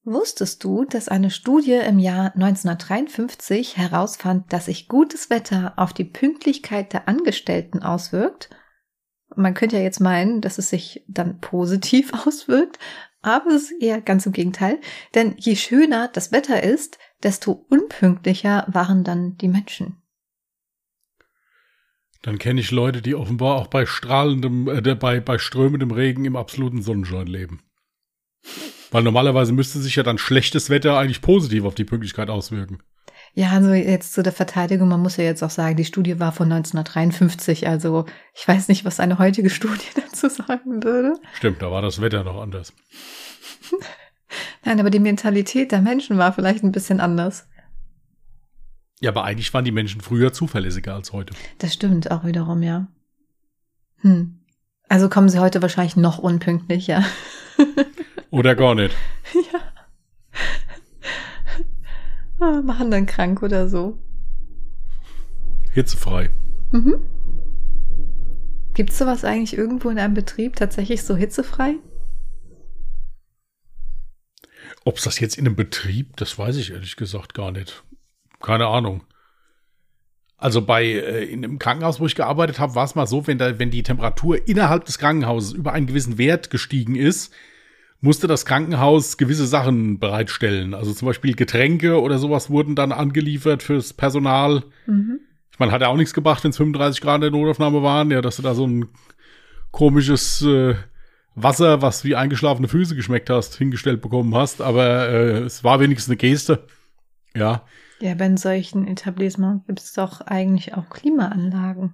Wusstest du, dass eine Studie im Jahr 1953 herausfand, dass sich gutes Wetter auf die Pünktlichkeit der Angestellten auswirkt? Man könnte ja jetzt meinen, dass es sich dann positiv auswirkt, aber es ist eher ganz im Gegenteil. Denn je schöner das Wetter ist, desto unpünktlicher waren dann die Menschen. Dann kenne ich Leute, die offenbar auch bei bei strömendem Regen im absoluten Sonnenschein leben. Weil normalerweise müsste sich ja dann schlechtes Wetter eigentlich positiv auf die Pünktlichkeit auswirken. Ja, also jetzt zu der Verteidigung, man muss ja jetzt auch sagen, die Studie war von 1953, also ich weiß nicht, was eine heutige Studie dazu sagen würde. Stimmt, da war das Wetter noch anders. Nein, aber die Mentalität der Menschen war vielleicht ein bisschen anders. Ja, aber eigentlich waren die Menschen früher zuverlässiger als heute. Das stimmt auch wiederum, ja. Also kommen sie heute wahrscheinlich noch unpünktlicher. Oder gar nicht. Ja. Machen dann krank oder so. Hitzefrei. Gibt's sowas eigentlich irgendwo in einem Betrieb tatsächlich so hitzefrei? Ob es das jetzt in einem Betrieb, das weiß ich ehrlich gesagt gar nicht. Keine Ahnung. Also in einem Krankenhaus, wo ich gearbeitet habe, war es mal so, wenn die Temperatur innerhalb des Krankenhauses über einen gewissen Wert gestiegen ist, musste das Krankenhaus gewisse Sachen bereitstellen. Also zum Beispiel Getränke oder sowas wurden dann angeliefert fürs Personal. Ich meine, hat ja auch nichts gebracht, wenn es 35 Grad in der Notaufnahme waren, ja, dass du da so ein komisches Wasser, was wie eingeschlafene Füße geschmeckt hast, hingestellt bekommen hast. Aber es war wenigstens eine Geste. Ja. Ja, bei solchen Etablissements gibt es doch eigentlich auch Klimaanlagen.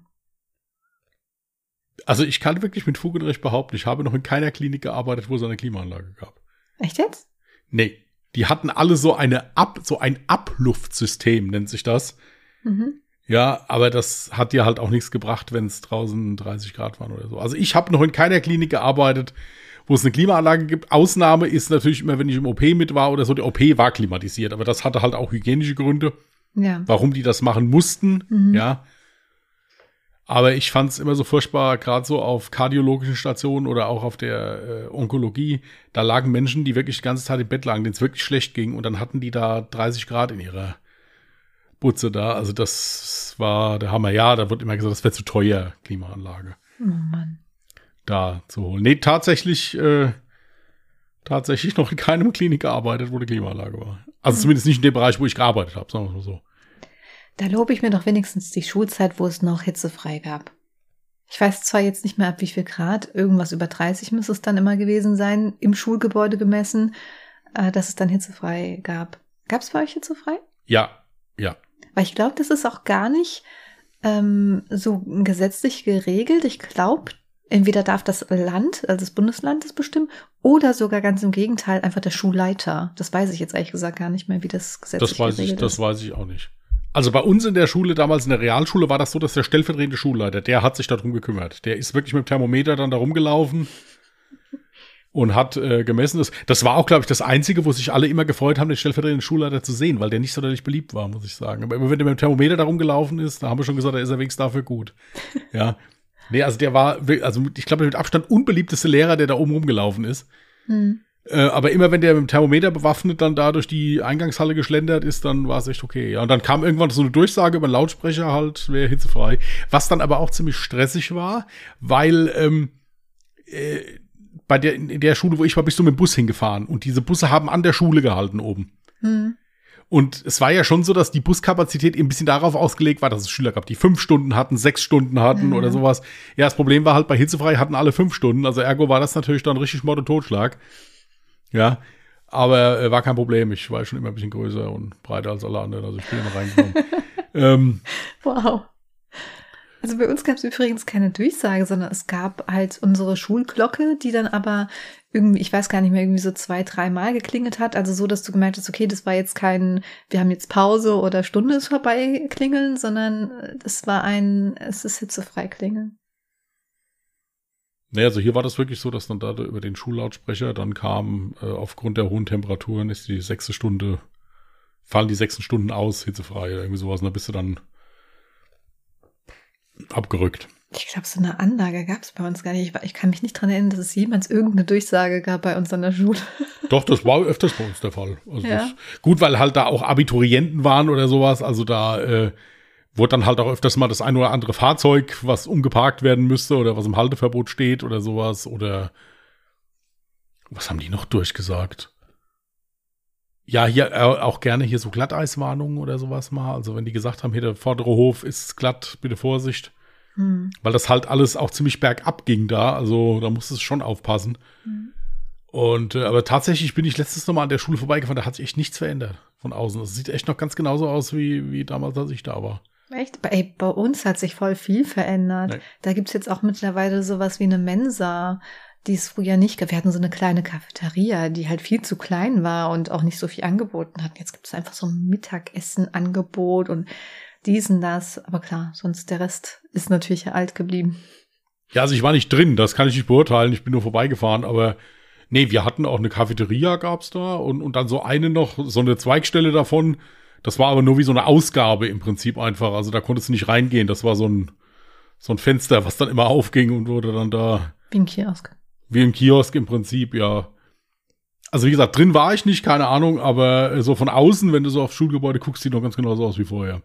Also ich kann wirklich mit Fug und Recht behaupten, ich habe noch in keiner Klinik gearbeitet, wo es eine Klimaanlage gab. Echt jetzt? Nee, die hatten alle so ein Abluftsystem, nennt sich das. Ja, aber das hat dir halt auch nichts gebracht, wenn es draußen 30 Grad waren oder so. Also ich habe noch in keiner Klinik gearbeitet, wo es eine Klimaanlage gibt. Ausnahme ist natürlich immer, wenn ich im OP mit war oder so. Der OP war klimatisiert, aber das hatte halt auch hygienische Gründe, warum die das machen mussten. Ja. Aber ich fand es immer so furchtbar, gerade so auf kardiologischen Stationen oder auch auf der Onkologie. Da lagen Menschen, die wirklich die ganze Zeit im Bett lagen, denen es wirklich schlecht ging. Und dann hatten die da 30 Grad in ihrer Butze da. Also das war der Hammer. Ja, da wird immer gesagt, das wäre zu teuer, Klimaanlage. Oh Mann. Da zu holen. Nee, tatsächlich noch in keinem Klinik gearbeitet, wo eine Klimaanlage war. Also zumindest nicht in dem Bereich, wo ich gearbeitet habe, sagen wir mal so. Da lobe ich mir doch wenigstens die Schulzeit, wo es noch hitzefrei gab. Ich weiß zwar jetzt nicht mehr ab wie viel Grad, irgendwas über 30 muss es dann immer gewesen sein, im Schulgebäude gemessen, dass es dann hitzefrei gab. Gab es bei euch hitzefrei? Ja. Weil ich glaube, das ist auch gar nicht so gesetzlich geregelt. Ich glaube, entweder darf das Land, also das Bundesland das bestimmen, oder sogar ganz im Gegenteil einfach der Schulleiter. Das weiß ich jetzt ehrlich gesagt gar nicht mehr, wie das gesetzlich geregelt ist. Das weiß ich auch nicht. Also bei uns in der Schule, damals in der Realschule, war das so, dass der stellvertretende Schulleiter, der hat sich darum gekümmert. Der ist wirklich mit dem Thermometer dann da rumgelaufen und hat gemessen. Das war auch, glaube ich, das Einzige, wo sich alle immer gefreut haben, den stellvertretenden Schulleiter zu sehen, weil der nicht sonderlich beliebt war, muss ich sagen. Aber immer wenn der mit dem Thermometer da rumgelaufen ist, da haben wir schon gesagt, da ist er wenigstens dafür gut. Ja. Nee, also der war, also ich glaube, der mit Abstand unbeliebteste Lehrer, der da oben rumgelaufen ist. Aber immer wenn der mit dem Thermometer bewaffnet dann da durch die Eingangshalle geschlendert ist, dann war es echt okay. Ja, und dann kam irgendwann so eine Durchsage über den Lautsprecher halt, wäre hitzefrei. Was dann aber auch ziemlich stressig war, weil in der Schule, wo ich war, bist du mit dem Bus hingefahren. Und diese Busse haben an der Schule gehalten oben. Und es war ja schon so, dass die Buskapazität ein bisschen darauf ausgelegt war, dass es Schüler gab, die 5 Stunden hatten, 6 Stunden hatten oder sowas. Ja, das Problem war halt, bei hitzefrei hatten alle 5 Stunden. Also ergo war das natürlich dann richtig Mord und Totschlag. Ja, aber war kein Problem. Ich war schon immer ein bisschen größer und breiter als alle anderen. Also ich bin immer reingekommen. Wow. Also bei uns gab es übrigens keine Durchsage, sondern es gab halt unsere Schulglocke, die dann aber irgendwie, ich weiß gar nicht mehr, irgendwie so 2-3 Mal geklingelt hat. Also so, dass du gemerkt hast, okay, das war jetzt kein, wir haben jetzt Pause oder Stunde ist vorbei klingeln, sondern das war es ist hitzefrei klingeln. Naja, also hier war das wirklich so, dass dann da über den Schullautsprecher dann kam, aufgrund der hohen Temperaturen ist fallen die 6 Stunden aus, hitzefrei oder irgendwie sowas, und da bist du dann abgerückt. Ich glaube, so eine Anlage gab es bei uns gar nicht. Ich kann mich nicht dran erinnern, dass es jemals irgendeine Durchsage gab bei uns an der Schule. Doch, das war öfters bei uns der Fall. Also Ja. gut, weil halt da auch Abiturienten waren oder sowas. Also da wurde dann halt auch öfters mal das ein oder andere Fahrzeug, was umgeparkt werden müsste oder was im Halteverbot steht oder sowas. Oder was haben die noch durchgesagt? Ja, hier auch gerne hier so Glatteiswarnungen oder sowas mal. Also wenn die gesagt haben, hier der vordere Hof ist glatt, bitte Vorsicht. Weil das halt alles auch ziemlich bergab ging da. Also da musste es schon aufpassen. Und aber tatsächlich bin ich letztes Mal an der Schule vorbeigefahren, da hat sich echt nichts verändert von außen. Das sieht echt noch ganz genauso aus wie damals, als ich da war. Echt? Bei uns hat sich voll viel verändert. Nee. Da gibt's jetzt auch mittlerweile sowas wie eine Mensa, die es früher nicht gab. Wir hatten so eine kleine Cafeteria, die halt viel zu klein war und auch nicht so viel angeboten hat. Jetzt gibt's einfach so ein Mittagessen-Angebot und dies und das. Aber klar, sonst der Rest ist natürlich alt geblieben. Ja, also ich war nicht drin, das kann ich nicht beurteilen, ich bin nur vorbeigefahren, aber nee, wir hatten auch eine Cafeteria gab's da und dann so eine noch, so eine Zweigstelle davon. Das war aber nur wie so eine Ausgabe im Prinzip einfach. Also da konntest du nicht reingehen. Das war so ein Fenster, was dann immer aufging und wurde dann da. Wie ein Kiosk. Wie ein Kiosk im Prinzip, ja. Also wie gesagt, drin war ich nicht, keine Ahnung, aber so von außen, wenn du so aufs Schulgebäude guckst, sieht noch ganz genauso aus wie vorher.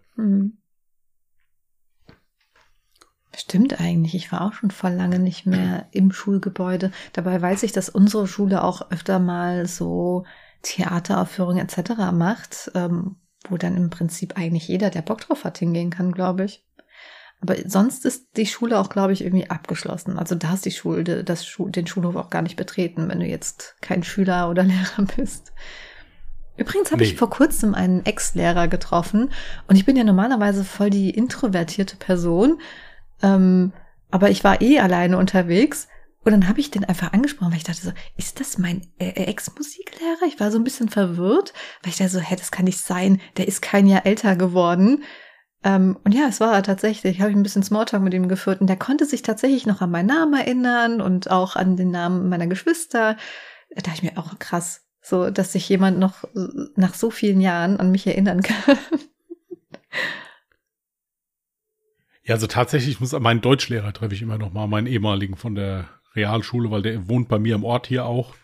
Stimmt eigentlich. Ich war auch schon voll lange nicht mehr im Schulgebäude. Dabei weiß ich, dass unsere Schule auch öfter mal so Theateraufführungen etc. macht, wo dann im Prinzip eigentlich jeder, der Bock drauf hat, hingehen kann, glaube ich. Aber sonst ist die Schule auch, glaube ich, irgendwie abgeschlossen. Also da ist die Schule, den Schulhof auch gar nicht betreten, wenn du jetzt kein Schüler oder Lehrer bist. Übrigens habe ich vor kurzem einen Ex-Lehrer getroffen und ich bin ja normalerweise voll die introvertierte Person, aber ich war alleine unterwegs und dann habe ich den einfach angesprochen, weil ich dachte so, ist das mein Ex-Musiklehrer? Ich war so ein bisschen verwirrt, weil ich dachte so, das kann nicht sein, der ist kein Jahr älter geworden. Und ja, es war er tatsächlich. Habe ich ein bisschen Smalltalk mit ihm geführt und der konnte sich tatsächlich noch an meinen Namen erinnern und auch an den Namen meiner Geschwister. Da dachte ich mir auch krass, so, dass sich jemand noch nach so vielen Jahren an mich erinnern kann. Ja, also tatsächlich meinen Deutschlehrer treffe ich immer noch mal, meinen ehemaligen von der Realschule, weil der wohnt bei mir im Ort hier auch.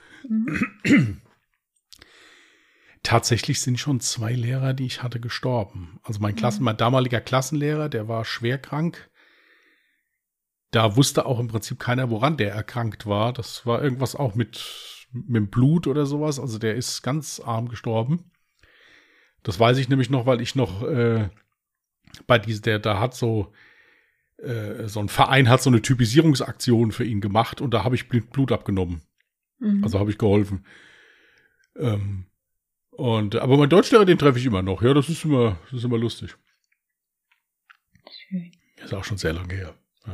Tatsächlich sind schon 2 Lehrer, die ich hatte, gestorben. Also mein damaliger Klassenlehrer, der war schwer krank. Da wusste auch im Prinzip keiner, woran der erkrankt war. Das war irgendwas auch mit dem Blut oder sowas. Also der ist ganz arm gestorben. Das weiß ich nämlich noch, weil ich noch bei da hat so ein Verein hat so eine Typisierungsaktion für ihn gemacht und da habe ich Blut abgenommen. Also habe ich geholfen. Aber mein Deutschlehrer, den treffe ich immer noch. Ja, das ist immer lustig. Schön. Ist auch schon sehr lange her. Ja.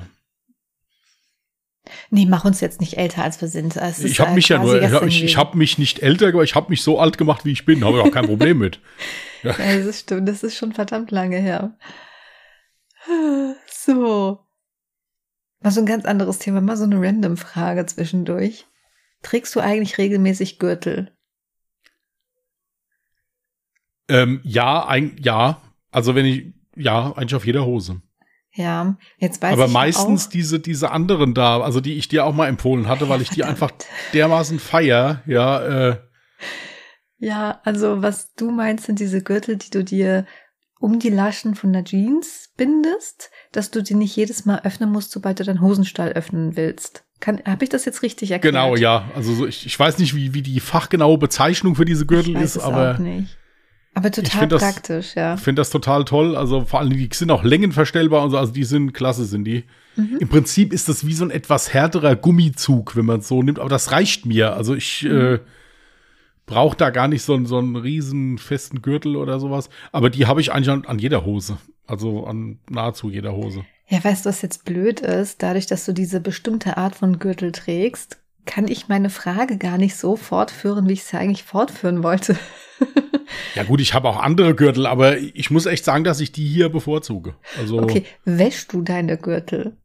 Nee, mach uns jetzt nicht älter, als wir sind. Ich habe mich ich habe mich nicht älter gemacht, ich habe mich so alt gemacht, wie ich bin. Habe ich auch kein Problem mit. Ja, das stimmt, das ist schon verdammt lange her. So. Mal so ein ganz anderes Thema, mal so eine random Frage zwischendurch. Trägst du eigentlich regelmäßig Gürtel? Ja, also eigentlich auf jeder Hose. Ja, jetzt weiß aber ich meistens auch, diese anderen da, also die ich dir auch mal empfohlen hatte, weil ich die einfach dermaßen feier, ja. Ja, also was du meinst, sind diese Gürtel, die du dir um die Laschen von der Jeans bindest, dass du die nicht jedes Mal öffnen musst, sobald du deinen Hosenstall öffnen willst. Habe ich das jetzt richtig erklärt? Genau, ja. Also ich weiß nicht, wie die fachgenaue Bezeichnung für diese Gürtel ist, aber auch nicht. Aber total praktisch, ja. Ich finde das total toll. Also vor allem, die sind auch längenverstellbar und so. Also die sind klasse, sind die. Im Prinzip ist das wie so ein etwas härterer Gummizug, wenn man es so nimmt. Aber das reicht mir. Also ich brauche da gar nicht so einen riesen festen Gürtel oder sowas. Aber die habe ich eigentlich an jeder Hose. Also an nahezu jeder Hose. Ja, weißt du, was jetzt blöd ist? Dadurch, dass du diese bestimmte Art von Gürtel trägst, kann ich meine Frage gar nicht so fortführen, wie ich sie eigentlich fortführen wollte. Ja gut, ich habe auch andere Gürtel, aber ich muss echt sagen, dass ich die hier bevorzuge. Also okay, wäschst du deine Gürtel?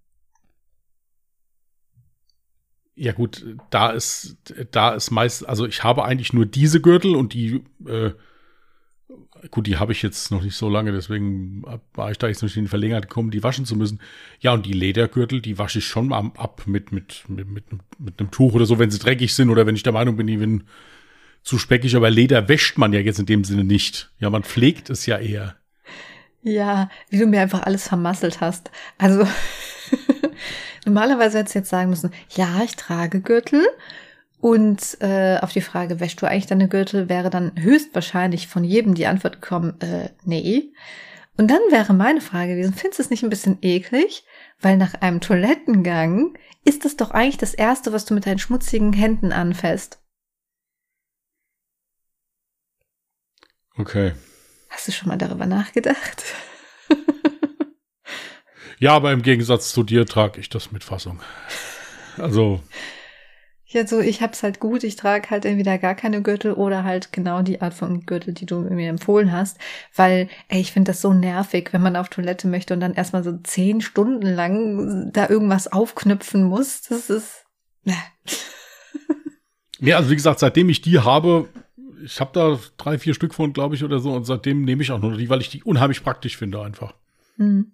Ja gut, da ist meist, also ich habe eigentlich nur diese Gürtel und die Gut, die habe ich jetzt noch nicht so lange, deswegen war ich da jetzt nicht in die Verlegenheit gekommen, die waschen zu müssen. Ja, und die Ledergürtel, die wasche ich schon ab mit einem Tuch oder so, wenn sie dreckig sind oder wenn ich der Meinung bin, die bin zu speckig. Aber Leder wäscht man ja jetzt in dem Sinne nicht. Ja, man pflegt es ja eher. Ja, wie du mir einfach alles vermasselt hast. Also normalerweise hättest du jetzt sagen müssen, ja, ich trage Gürtel. Und auf die Frage, wäschst du eigentlich deine Gürtel, wäre dann höchstwahrscheinlich von jedem die Antwort gekommen, nee. Und dann wäre meine Frage gewesen, findest du es nicht ein bisschen eklig? Weil nach einem Toilettengang ist es doch eigentlich das Erste, was du mit deinen schmutzigen Händen anfasst. Okay. Hast du schon mal darüber nachgedacht? Ja, aber im Gegensatz zu dir trage ich das mit Fassung. Also... Ja, so, ich hab's halt gut. Ich trage halt entweder gar keine Gürtel oder halt genau die Art von Gürtel, die du mir empfohlen hast. Weil, ich finde das so nervig, wenn man auf Toilette möchte und dann erstmal so 10 Stunden lang da irgendwas aufknüpfen muss. Das ist... Ja, also wie gesagt, seitdem ich die habe, ich habe da 3, 4 Stück von, glaube ich, oder so. Und seitdem nehme ich auch nur die, weil ich die unheimlich praktisch finde einfach. Hm.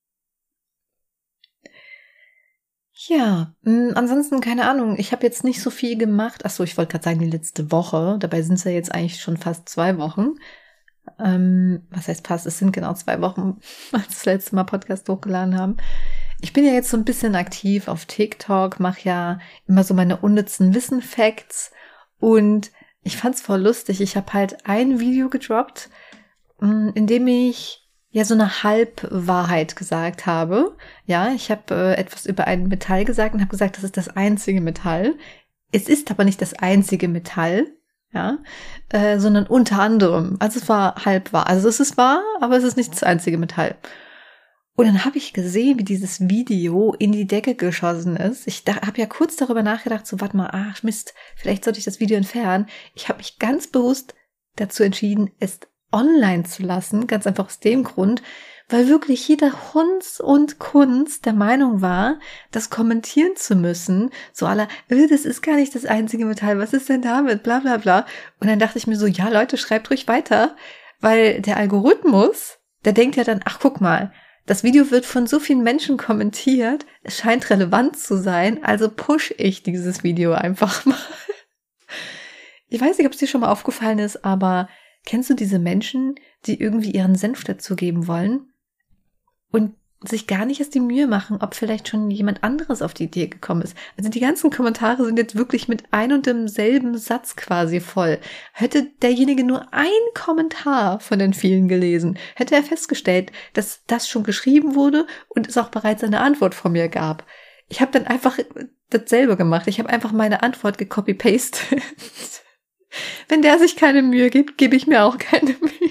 Ja, ansonsten keine Ahnung. Ich habe jetzt nicht so viel gemacht. Achso, ich wollte gerade sagen, die letzte Woche. Dabei sind es ja jetzt eigentlich schon fast 2 Wochen. Was heißt fast? Es sind genau 2 Wochen, als wir das letzte Mal Podcast hochgeladen haben. Ich bin ja jetzt so ein bisschen aktiv auf TikTok, mache ja immer so meine unnützen Wissen-Facts. Und ich fand's voll lustig. Ich habe halt ein Video gedroppt, in dem ich ja so eine Halbwahrheit gesagt habe. Ja, ich habe etwas über ein Metall gesagt und habe gesagt, das ist das einzige Metall. Es ist aber nicht das einzige Metall, ja, sondern unter anderem. Also es war halb wahr. Also es ist wahr, aber es ist nicht das einzige Metall. Und dann habe ich gesehen, wie dieses Video in die Decke geschossen ist. Ich habe ja kurz darüber nachgedacht, so warte mal, ach Mist, vielleicht sollte ich das Video entfernen. Ich habe mich ganz bewusst dazu entschieden, es online zu lassen, ganz einfach aus dem Grund, weil wirklich jeder Hunds und Kunz der Meinung war, das kommentieren zu müssen, so aller, das ist gar nicht das einzige Metall, was ist denn damit, bla bla bla. Und dann dachte ich mir so, ja Leute, schreibt ruhig weiter, weil der Algorithmus, der denkt ja dann, ach guck mal, das Video wird von so vielen Menschen kommentiert, es scheint relevant zu sein, also push ich dieses Video einfach mal. Ich weiß nicht, ob es dir schon mal aufgefallen ist, aber kennst du diese Menschen, die irgendwie ihren Senf dazugeben wollen und sich gar nicht erst die Mühe machen, ob vielleicht schon jemand anderes auf die Idee gekommen ist? Also die ganzen Kommentare sind jetzt wirklich mit ein und demselben Satz quasi voll. Hätte derjenige nur ein Kommentar von den vielen gelesen, hätte er festgestellt, dass das schon geschrieben wurde und es auch bereits eine Antwort von mir gab. Ich habe dann einfach dasselbe gemacht. Ich habe einfach meine Antwort gecopy-pastet. Wenn der sich keine Mühe gibt, gebe ich mir auch keine Mühe.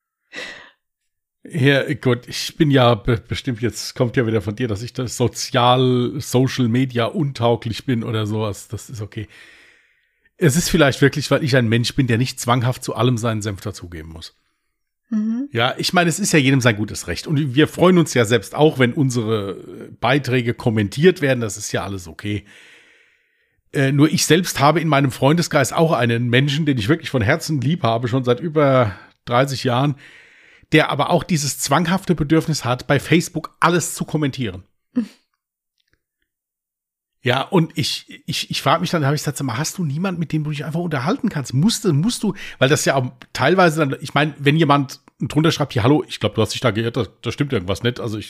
Ja, gut, ich bin ja bestimmt, jetzt kommt ja wieder von dir, dass ich das Social Media untauglich bin oder sowas. Das ist okay. Es ist vielleicht wirklich, weil ich ein Mensch bin, der nicht zwanghaft zu allem seinen Senf dazugeben muss. Mhm. Ja, ich meine, es ist ja jedem sein gutes Recht. Und wir freuen uns ja selbst auch, wenn unsere Beiträge kommentiert werden. Das ist ja alles okay. Nur ich selbst habe in meinem Freundeskreis auch einen Menschen, den ich wirklich von Herzen lieb habe, schon seit über 30 Jahren, der aber auch dieses zwanghafte Bedürfnis hat, bei Facebook alles zu kommentieren. Ja, und ich frage mich dann, habe ich gesagt, sag mal, hast du niemanden, mit dem du dich einfach unterhalten kannst? Musst du, weil das ja auch teilweise dann, ich meine, wenn jemand drunter schreibt, hier, hallo, ich glaube, du hast dich da geirrt, da stimmt irgendwas nicht, also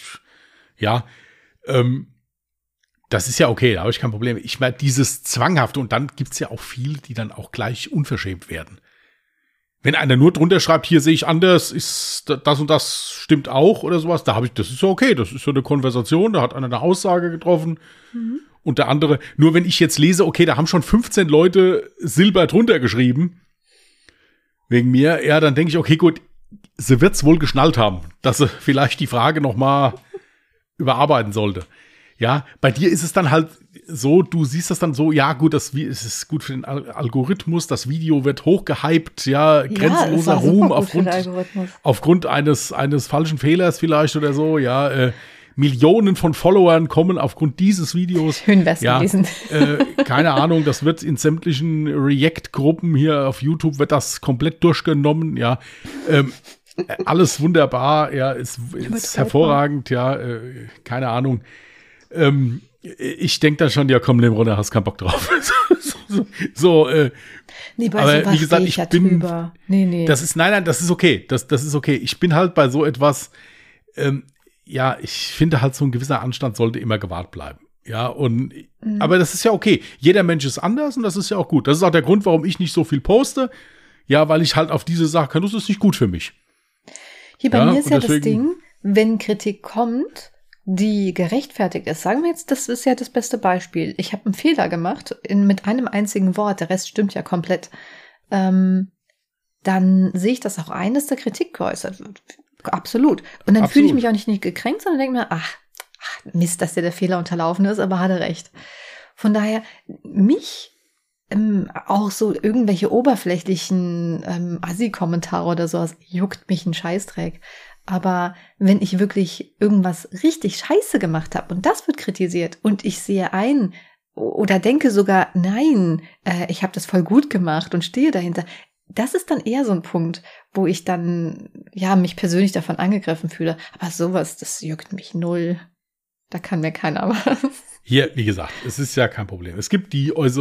das ist ja okay, da habe ich kein Problem. Ich meine, dieses Zwanghafte, und dann gibt's ja auch viele, die dann auch gleich unverschämt werden. Wenn einer nur drunter schreibt, hier sehe ich anders, ist das und das stimmt auch oder sowas, das ist ja okay, das ist so eine Konversation, da hat einer eine Aussage getroffen und der andere, nur wenn ich jetzt lese, okay, da haben schon 15 Leute Silber drunter geschrieben, wegen mir, ja, dann denke ich, okay, gut, sie wird's wohl geschnallt haben, dass sie vielleicht die Frage nochmal überarbeiten sollte. Ja, bei dir ist es dann halt so, du siehst das dann so, ja gut, es ist gut für den Algorithmus, das Video wird hochgehypt, ja, grenzenloser Ruhm aufgrund eines falschen Fehlers vielleicht oder so, ja, Millionen von Followern kommen aufgrund dieses Videos. Schön wär's gewesen. Keine Ahnung, das wird in sämtlichen React-Gruppen hier auf YouTube wird das komplett durchgenommen, ja. Alles wunderbar, ja, ist hervorragend, ja, keine Ahnung. Ich denke dann schon, ja komm, nimm runter, hast keinen Bock drauf. Nee, bei aber sowas wie gesagt, ich ja drüber. Nee. Das ist okay. Das ist okay. Ich bin halt bei so etwas, ich finde halt so ein gewisser Anstand sollte immer gewahrt bleiben. Ja, aber das ist ja okay. Jeder Mensch ist anders und das ist ja auch gut. Das ist auch der Grund, warum ich nicht so viel poste. Ja, weil ich halt auf diese Sache kann, das ist nicht gut für mich. Hier bei mir ist ja das Ding, wenn Kritik kommt, die gerechtfertigt ist. Sagen wir jetzt, das ist ja das beste Beispiel. Ich habe einen Fehler gemacht mit einem einzigen Wort, der Rest stimmt ja komplett. Dann sehe ich das auch ein, dass da Kritik geäußert wird. Absolut. Und dann fühle ich mich auch nicht gekränkt, sondern denke mir, ach, Mist, dass dir der Fehler unterlaufen ist, aber hat er recht. Von daher, mich auch so irgendwelche oberflächlichen Assi-Kommentare oder sowas juckt mich ein Scheißdreck. Aber wenn ich wirklich irgendwas richtig scheiße gemacht habe und das wird kritisiert und ich sehe ein oder denke sogar, nein, ich habe das voll gut gemacht und stehe dahinter, das ist dann eher so ein Punkt, wo ich dann mich persönlich davon angegriffen fühle. Aber sowas, das juckt mich null. Da kann mir keiner was. Hier, wie gesagt, es ist ja kein Problem. Es gibt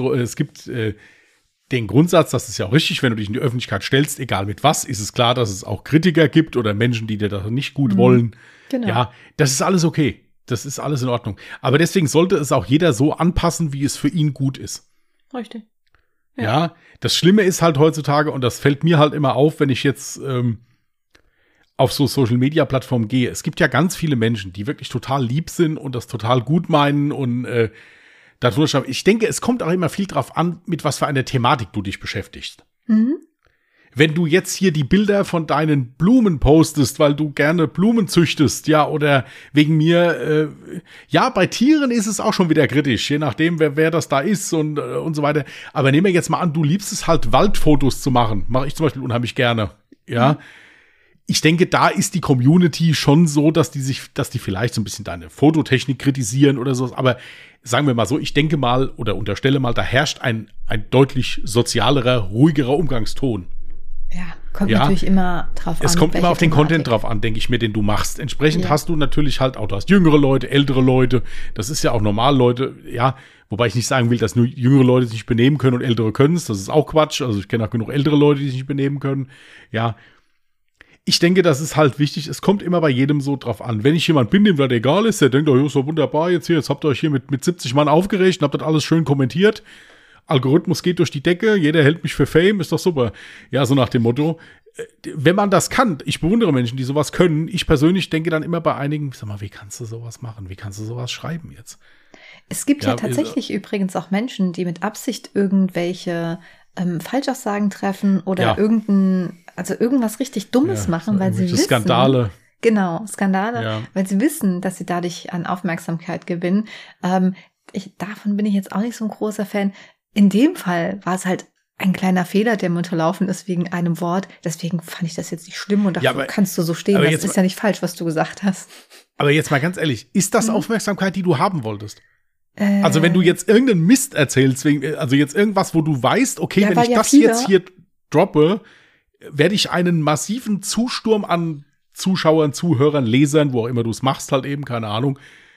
den Grundsatz, das ist ja auch richtig, wenn du dich in die Öffentlichkeit stellst, egal mit was, ist es klar, dass es auch Kritiker gibt oder Menschen, die dir das nicht gut wollen. Genau. Ja, das ist alles okay. Das ist alles in Ordnung. Aber deswegen sollte es auch jeder so anpassen, wie es für ihn gut ist. Richtig. Ja, das Schlimme ist halt heutzutage, und das fällt mir halt immer auf, wenn ich jetzt auf so Social-Media-Plattformen gehe. Es gibt ja ganz viele Menschen, die wirklich total lieb sind und das total gut meinen und ich denke, es kommt auch immer viel drauf an, mit was für einer Thematik du dich beschäftigst. Mhm. Wenn du jetzt hier die Bilder von deinen Blumen postest, weil du gerne Blumen züchtest, ja, oder wegen mir, bei Tieren ist es auch schon wieder kritisch, je nachdem, wer das da ist und so weiter. Aber nehmen wir jetzt mal an, du liebst es halt, Waldfotos zu machen. Mache ich zum Beispiel unheimlich gerne, ja. Ich denke, da ist die Community schon so, dass die vielleicht so ein bisschen deine Fototechnik kritisieren oder so. Aber sagen wir mal so, ich denke mal oder unterstelle mal, da herrscht ein deutlich sozialerer, ruhigerer Umgangston. Ja, kommt natürlich immer drauf an. Es kommt immer auf den Content drauf an, denke ich mir, den du machst. Entsprechend hast du natürlich halt auch, du hast jüngere Leute, ältere Leute. Das ist ja auch normal, Leute, ja. Wobei ich nicht sagen will, dass nur jüngere Leute sich nicht benehmen können und ältere können es. Das ist auch Quatsch. Also ich kenne auch genug ältere Leute, die sich nicht benehmen können. Ja. Ich denke, das ist halt wichtig. Es kommt immer bei jedem so drauf an. Wenn ich jemand bin, dem das egal ist, der denkt, oh, ist so wunderbar jetzt habt ihr euch hier mit 70 Mann aufgeregt und habt das alles schön kommentiert. Algorithmus geht durch die Decke, jeder hält mich für Fame, ist doch super. Ja, so nach dem Motto. Wenn man das kann, ich bewundere Menschen, die sowas können. Ich persönlich denke dann immer bei einigen, sag mal, wie kannst du sowas machen? Wie kannst du sowas schreiben jetzt? Es gibt ja tatsächlich übrigens auch Menschen, die mit Absicht irgendwelche Falschaussagen treffen oder irgendwas richtig Dummes machen, weil sie wissen. Skandale. Genau, Skandale, weil sie wissen, dass sie dadurch an Aufmerksamkeit gewinnen. Davon bin ich jetzt auch nicht so ein großer Fan. In dem Fall war es halt ein kleiner Fehler, der mir unterlaufen ist wegen einem Wort. Deswegen fand ich das jetzt nicht schlimm und dachte, kannst du so stehen. Das ist ja nicht falsch, was du gesagt hast. Aber jetzt mal ganz ehrlich, ist das Aufmerksamkeit, die du haben wolltest? Also wenn du jetzt irgendeinen Mist erzählst, also jetzt irgendwas, wo du weißt, okay, wenn ich das jetzt hier droppe, werde ich einen massiven Zusturm an Zuschauern, Zuhörern, Lesern, wo auch immer du es machst, halt eben, keine Ahnung,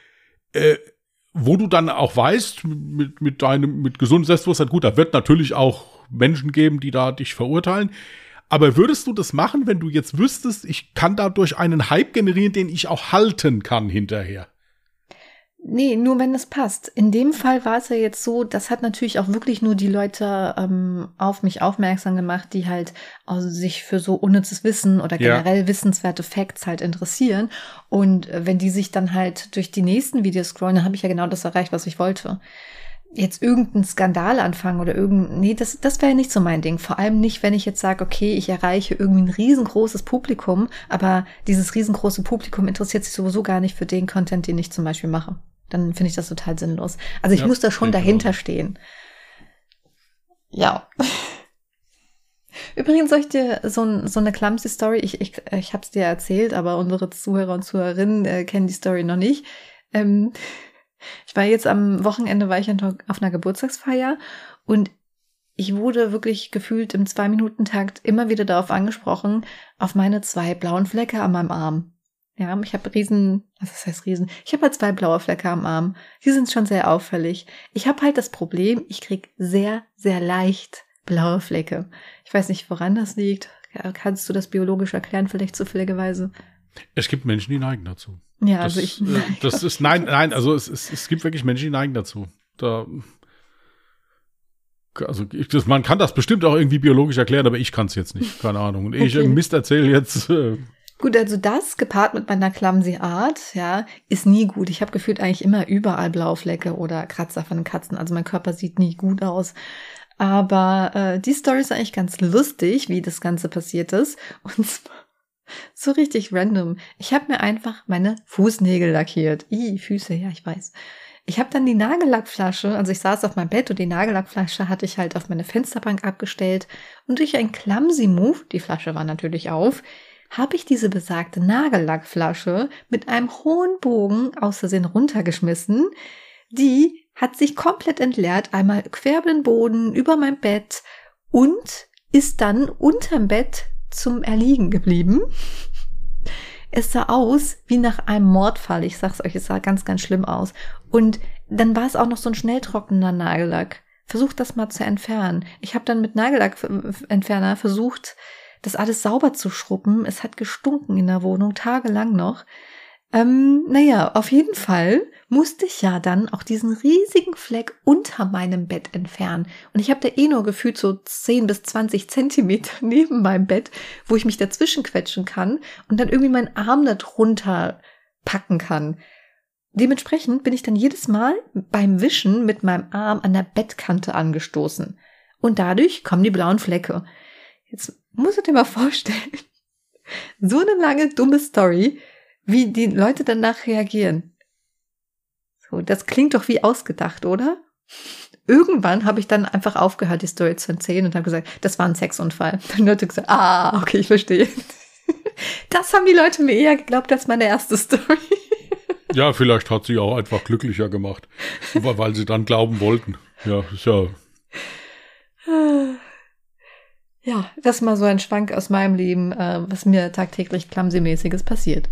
wo du dann auch weißt, mit gesundem Selbstbewusstsein, gut, da wird natürlich auch Menschen geben, die da dich verurteilen. Aber würdest du das machen, wenn du jetzt wüsstest, ich kann dadurch einen Hype generieren, den ich auch halten kann hinterher? Nee, nur wenn es passt. In dem Fall war es ja jetzt so, das hat natürlich auch wirklich nur die Leute auf mich aufmerksam gemacht, die halt sich für so unnützes Wissen oder generell wissenswerte Facts halt interessieren. Und wenn die sich dann halt durch die nächsten Videos scrollen, dann habe ich ja genau das erreicht, was ich wollte. Jetzt irgendeinen Skandal anfangen oder das wäre ja nicht so mein Ding. Vor allem nicht, wenn ich jetzt sage, okay, ich erreiche irgendwie ein riesengroßes Publikum, aber dieses riesengroße Publikum interessiert sich sowieso gar nicht für den Content, den ich zum Beispiel mache. Dann finde ich das total sinnlos. Also ich muss da schon dahinter stehen. Ja. Übrigens soll ich dir so eine clumsy Story, ich habe es dir erzählt, aber unsere Zuhörer und Zuhörerinnen kennen die Story noch nicht. Ich war jetzt am Wochenende, war ich auf einer Geburtstagsfeier und ich wurde wirklich gefühlt im 2-Minuten-Takt immer wieder darauf angesprochen, auf meine 2 blauen Flecke an meinem Arm. Ja, ich habe was heißt Riesen? Ich habe halt 2 blaue Flecke am Arm. Die sind schon sehr auffällig. Ich habe halt das Problem, ich krieg sehr, sehr leicht blaue Flecke. Ich weiß nicht, woran das liegt. Kannst du das biologisch erklären, vielleicht zufälligerweise? Es gibt Menschen, die neigen dazu. Ja, also nein, also es gibt wirklich Menschen, die neigen dazu. Man kann das bestimmt auch irgendwie biologisch erklären, aber ich kann es jetzt nicht. Keine Ahnung. Und ich irgendeinen Mist erzähle jetzt. Gut, also das gepaart mit meiner clumsy Art, ja, ist nie gut. Ich habe gefühlt eigentlich immer überall Blauflecke oder Kratzer von den Katzen. Also mein Körper sieht nie gut aus. Aber die Story ist eigentlich ganz lustig, wie das Ganze passiert ist. Und zwar so richtig random. Ich habe mir einfach meine Fußnägel lackiert. Füße, ja, ich weiß. Ich habe dann die Nagellackflasche, also ich saß auf meinem Bett und die Nagellackflasche hatte ich halt auf meine Fensterbank abgestellt. Und durch einen clumsy Move, die Flasche war natürlich auf, habe ich diese besagte Nagellackflasche mit einem hohen Bogen aus Versehen runtergeschmissen. Die hat sich komplett entleert, einmal quer über den Boden, über mein Bett und ist dann unterm Bett zum Erliegen geblieben. Es sah aus wie nach einem Mordfall. Ich sag's euch, es sah ganz, ganz schlimm aus. Und dann war es auch noch so ein schnell trocknender Nagellack. Versucht das mal zu entfernen. Ich habe dann mit Nagellackentferner versucht, das alles sauber zu schrubben. Es hat gestunken in der Wohnung, tagelang noch. Auf jeden Fall musste ich ja dann auch diesen riesigen Fleck unter meinem Bett entfernen. Und ich habe da nur gefühlt so 10 bis 20 Zentimeter neben meinem Bett, wo ich mich dazwischen quetschen kann und dann irgendwie meinen Arm da drunter packen kann. Dementsprechend bin ich dann jedes Mal beim Wischen mit meinem Arm an der Bettkante angestoßen. Und dadurch kommen die blauen Flecke. Jetzt musst du dir mal vorstellen, so eine lange, dumme Story, wie die Leute danach reagieren. So, das klingt doch wie ausgedacht, oder? Irgendwann habe ich dann einfach aufgehört, die Story zu erzählen und habe gesagt, das war ein Sexunfall. Und die Leute gesagt, okay, ich verstehe. Das haben die Leute mir eher geglaubt als meine erste Story. Ja, vielleicht hat sie auch einfach glücklicher gemacht, weil sie dann glauben wollten. Ja, ist ja. Ja, das ist mal so ein Schwank aus meinem Leben, was mir tagtäglich clumsy-mäßiges passiert.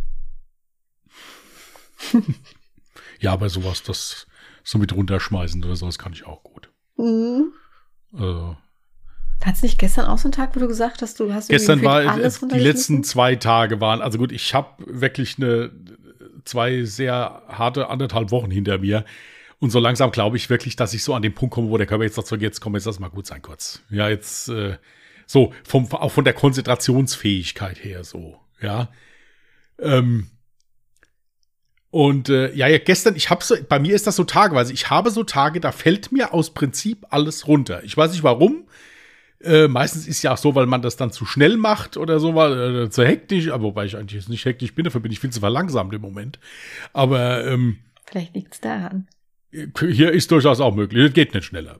Ja, aber sowas, das so mit runterschmeißen oder sowas kann ich auch gut. Mhm. Hat's nicht gestern auch so einen Tag, wo du gesagt hast, du hast gestern war alles die letzten 2 Tage waren, also gut, ich habe wirklich 2 sehr harte 1,5 Wochen hinter mir und so langsam glaube ich wirklich, dass ich so an den Punkt komme, wo der Körper jetzt sagt, so, jetzt komm, jetzt lass mal gut sein kurz. Ja, jetzt so auch von der Konzentrationsfähigkeit her so, ja. Gestern, bei mir ist das so tageweise. Ich habe so Tage, da fällt mir aus Prinzip alles runter. Ich weiß nicht warum. Meistens ist ja auch so, weil man das dann zu schnell macht oder so, zu hektisch. Aber wobei ich eigentlich jetzt nicht hektisch bin, dafür bin ich viel zu verlangsamt im Moment. Aber vielleicht liegt's daran. Hier ist durchaus auch möglich. Das geht nicht schneller.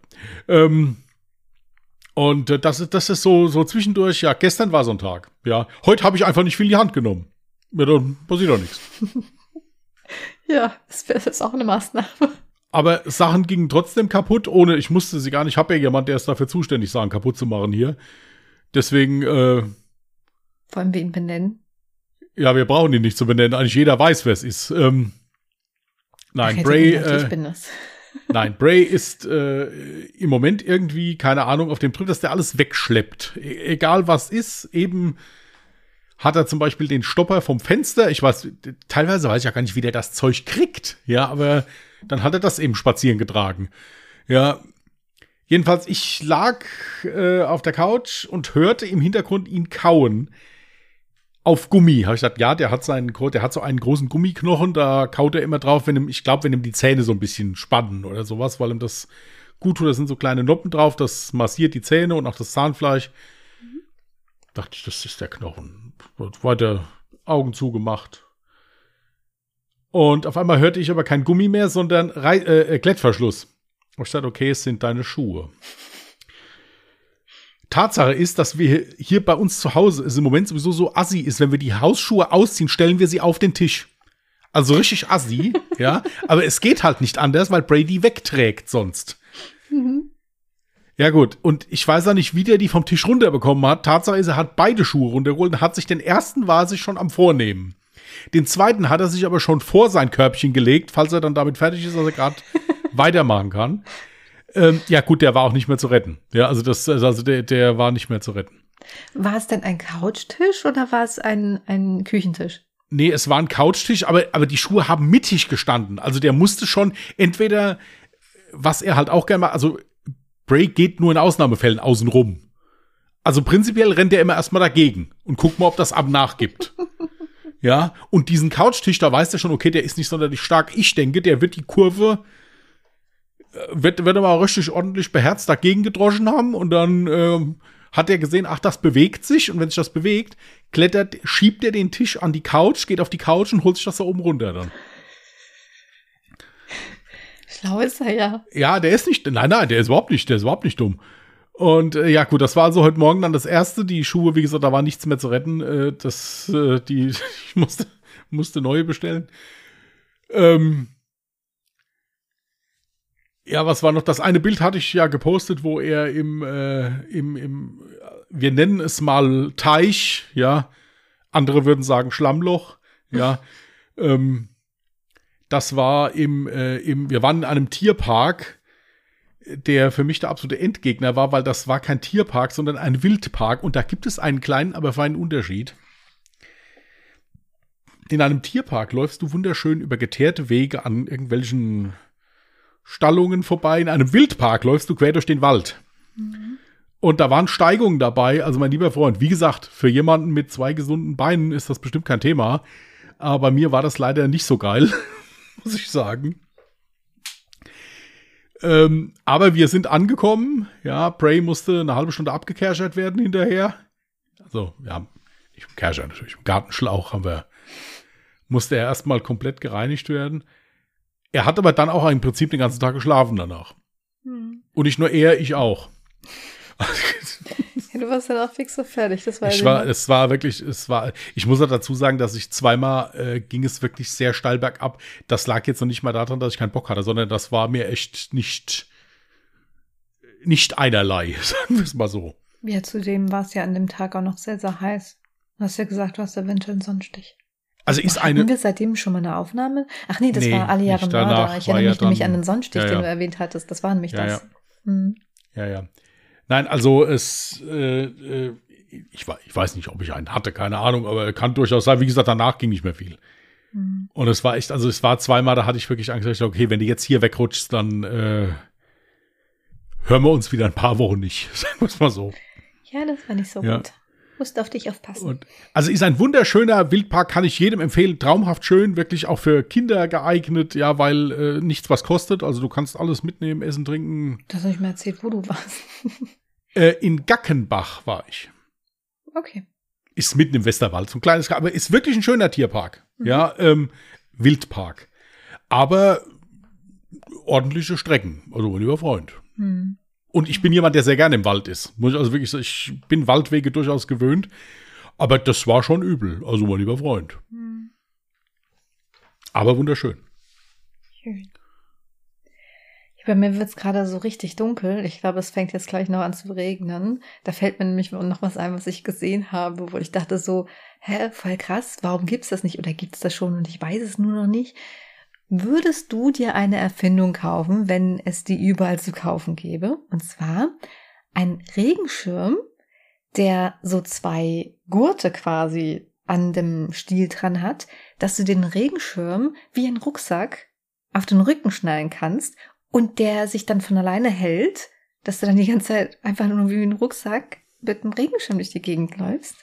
Und das ist so zwischendurch. Ja, gestern war so ein Tag. Ja, heute habe ich einfach nicht viel in die Hand genommen. Ja, dann passiert doch nichts. Ja, das ist auch eine Maßnahme. Aber Sachen gingen trotzdem kaputt, ich musste sie gar nicht. Ich habe ja jemand, der ist dafür zuständig, Sachen kaputt zu machen hier. Deswegen, wollen wir ihn benennen? Ja, wir brauchen ihn nicht zu benennen. Eigentlich jeder weiß, wer es ist. Nein, Bray. Ich bin das. Nein, Bray ist im Moment irgendwie, keine Ahnung, auf dem Trip, dass der alles wegschleppt. Egal was ist, eben hat er zum Beispiel den Stopper vom Fenster. Teilweise weiß ich ja gar nicht, wie der das Zeug kriegt. Ja, aber dann hat er das eben spazieren getragen. Ja, jedenfalls, ich lag auf der Couch und hörte im Hintergrund ihn kauen. Auf Gummi. Habe ich gesagt, ja, der hat so einen großen Gummiknochen, da kaut er immer drauf, wenn ihm die Zähne so ein bisschen spannen oder sowas, weil ihm das gut tut. Da sind so kleine Noppen drauf, das massiert die Zähne und auch das Zahnfleisch. Dachte ich, das ist der Knochen. Weiter Augen zugemacht. Und auf einmal hörte ich aber kein Gummi mehr, sondern Klettverschluss. Und ich dachte, okay, es sind deine Schuhe. Tatsache ist, dass wir hier bei uns zu Hause es im Moment sowieso so assi ist, wenn wir die Hausschuhe ausziehen, stellen wir sie auf den Tisch. Also richtig assi, ja. Aber es geht halt nicht anders, weil Brady wegträgt sonst. Mhm. Ja gut, und ich weiß ja nicht, wie der die vom Tisch runterbekommen hat. Tatsache ist, er hat beide Schuhe runtergeholt und hat sich den ersten war sich schon am Vornehmen. Den zweiten hat er sich aber schon vor sein Körbchen gelegt, falls er dann damit fertig ist, dass er gerade weitermachen kann. Ja gut, der war auch nicht mehr zu retten. Ja, also der war nicht mehr zu retten. War es denn ein Couchtisch oder war es ein Küchentisch? Nee, es war ein Couchtisch, aber die Schuhe haben mittig gestanden. Also der musste schon entweder, was er halt auch gerne macht, also Bray geht nur in Ausnahmefällen außen rum. Also prinzipiell rennt er immer erstmal dagegen und guckt mal, ob das ab nachgibt. Ja, und diesen Couchtisch, da weiß der schon, okay, der ist nicht sonderlich stark. Ich denke, der wird die Kurve, wird er mal richtig ordentlich beherzt dagegen gedroschen haben und dann hat er gesehen, ach, das bewegt sich und wenn sich das bewegt, schiebt er den Tisch an die Couch, geht auf die Couch und holt sich das da oben runter dann. Schlau ist er ja. Ja, der ist überhaupt nicht dumm. Und ja gut, das war also heute Morgen dann das Erste. Die Schuhe, wie gesagt, da war nichts mehr zu retten. Ich musste neue bestellen. Ja, was war noch? Das eine Bild hatte ich ja gepostet, wo er im wir nennen es mal Teich, ja. Andere würden sagen Schlammloch, ja. Das war wir waren in einem Tierpark, der für mich der absolute Endgegner war, weil das war kein Tierpark, sondern ein Wildpark. Und da gibt es einen kleinen, aber feinen Unterschied. In einem Tierpark läufst du wunderschön über geteerte Wege an irgendwelchen Stallungen vorbei. In einem Wildpark läufst du quer durch den Wald. Mhm. Und da waren Steigungen dabei. Also mein lieber Freund, wie gesagt, für jemanden mit 2 gesunden Beinen ist das bestimmt kein Thema. Aber bei mir war das leider nicht so geil, muss ich sagen. Aber wir sind angekommen. Ja, Bray musste eine halbe Stunde abgekerchert werden hinterher. Also, ja, nicht im Kercher natürlich, im Gartenschlauch musste er erstmal komplett gereinigt werden. Er hat aber dann auch im Prinzip den ganzen Tag geschlafen danach. Und nicht nur er, ich auch. Ja, du warst dann auch fix so fertig, das ich muss auch dazu sagen, dass ich zweimal ging es wirklich sehr steil bergab. Das lag jetzt noch nicht mal daran, dass ich keinen Bock hatte, sondern das war mir echt nicht einerlei, sagen wir es mal so. Ja, zudem war es ja an dem Tag auch noch sehr, sehr heiß. Du hast ja gesagt, du hast eventuell einen Sonnenstich. Also hatten wir seitdem schon mal eine Aufnahme? Ach nee, das war alle Jahre Mörder. Ich erinnere mich nämlich an den Sonnenstich, den du erwähnt hattest. Das war nämlich das. Ja. Nein, also ich weiß nicht, ob ich einen hatte, keine Ahnung, aber kann durchaus sein. Wie gesagt, danach ging nicht mehr viel. Mhm. Und es war echt, also es war zweimal, da hatte ich wirklich Angst, dass okay, wenn du jetzt hier wegrutschst, dann hören wir uns wieder ein paar Wochen nicht, sagen wir es mal so. Ja, das war nicht so gut. Musst auf dich aufpassen. Also ist ein wunderschöner Wildpark, kann ich jedem empfehlen. Traumhaft schön, wirklich auch für Kinder geeignet, ja, weil nichts was kostet. Also du kannst alles mitnehmen, essen, trinken. Du hast nicht mehr erzählt, wo du warst. In Gackenbach war ich. Okay. Ist mitten im Westerwald, so ein kleines, aber ist wirklich ein schöner Tierpark. Mhm. Ja, Wildpark. Aber ordentliche Strecken, also mein lieber Freund. Mhm. Und ich bin jemand, der sehr gerne im Wald ist. Muss ich also wirklich sagen, ich bin Waldwege durchaus gewöhnt. Aber das war schon übel, also mein lieber Freund. Mhm. Aber wunderschön. Schön. Bei mir wird es gerade so richtig dunkel. Ich glaube, es fängt jetzt gleich noch an zu regnen. Da fällt mir nämlich noch was ein, was ich gesehen habe, wo ich dachte so, voll krass, warum gibt's das nicht? Oder gibt's das schon und ich weiß es nur noch nicht. Würdest du dir eine Erfindung kaufen, wenn es die überall zu kaufen gäbe? Und zwar ein Regenschirm, der so 2 Gurte quasi an dem Stiel dran hat, dass du den Regenschirm wie ein Rucksack auf den Rücken schnallen kannst und der sich dann von alleine hält, dass du dann die ganze Zeit einfach nur wie ein Rucksack mit einem Regenschirm durch die Gegend läufst.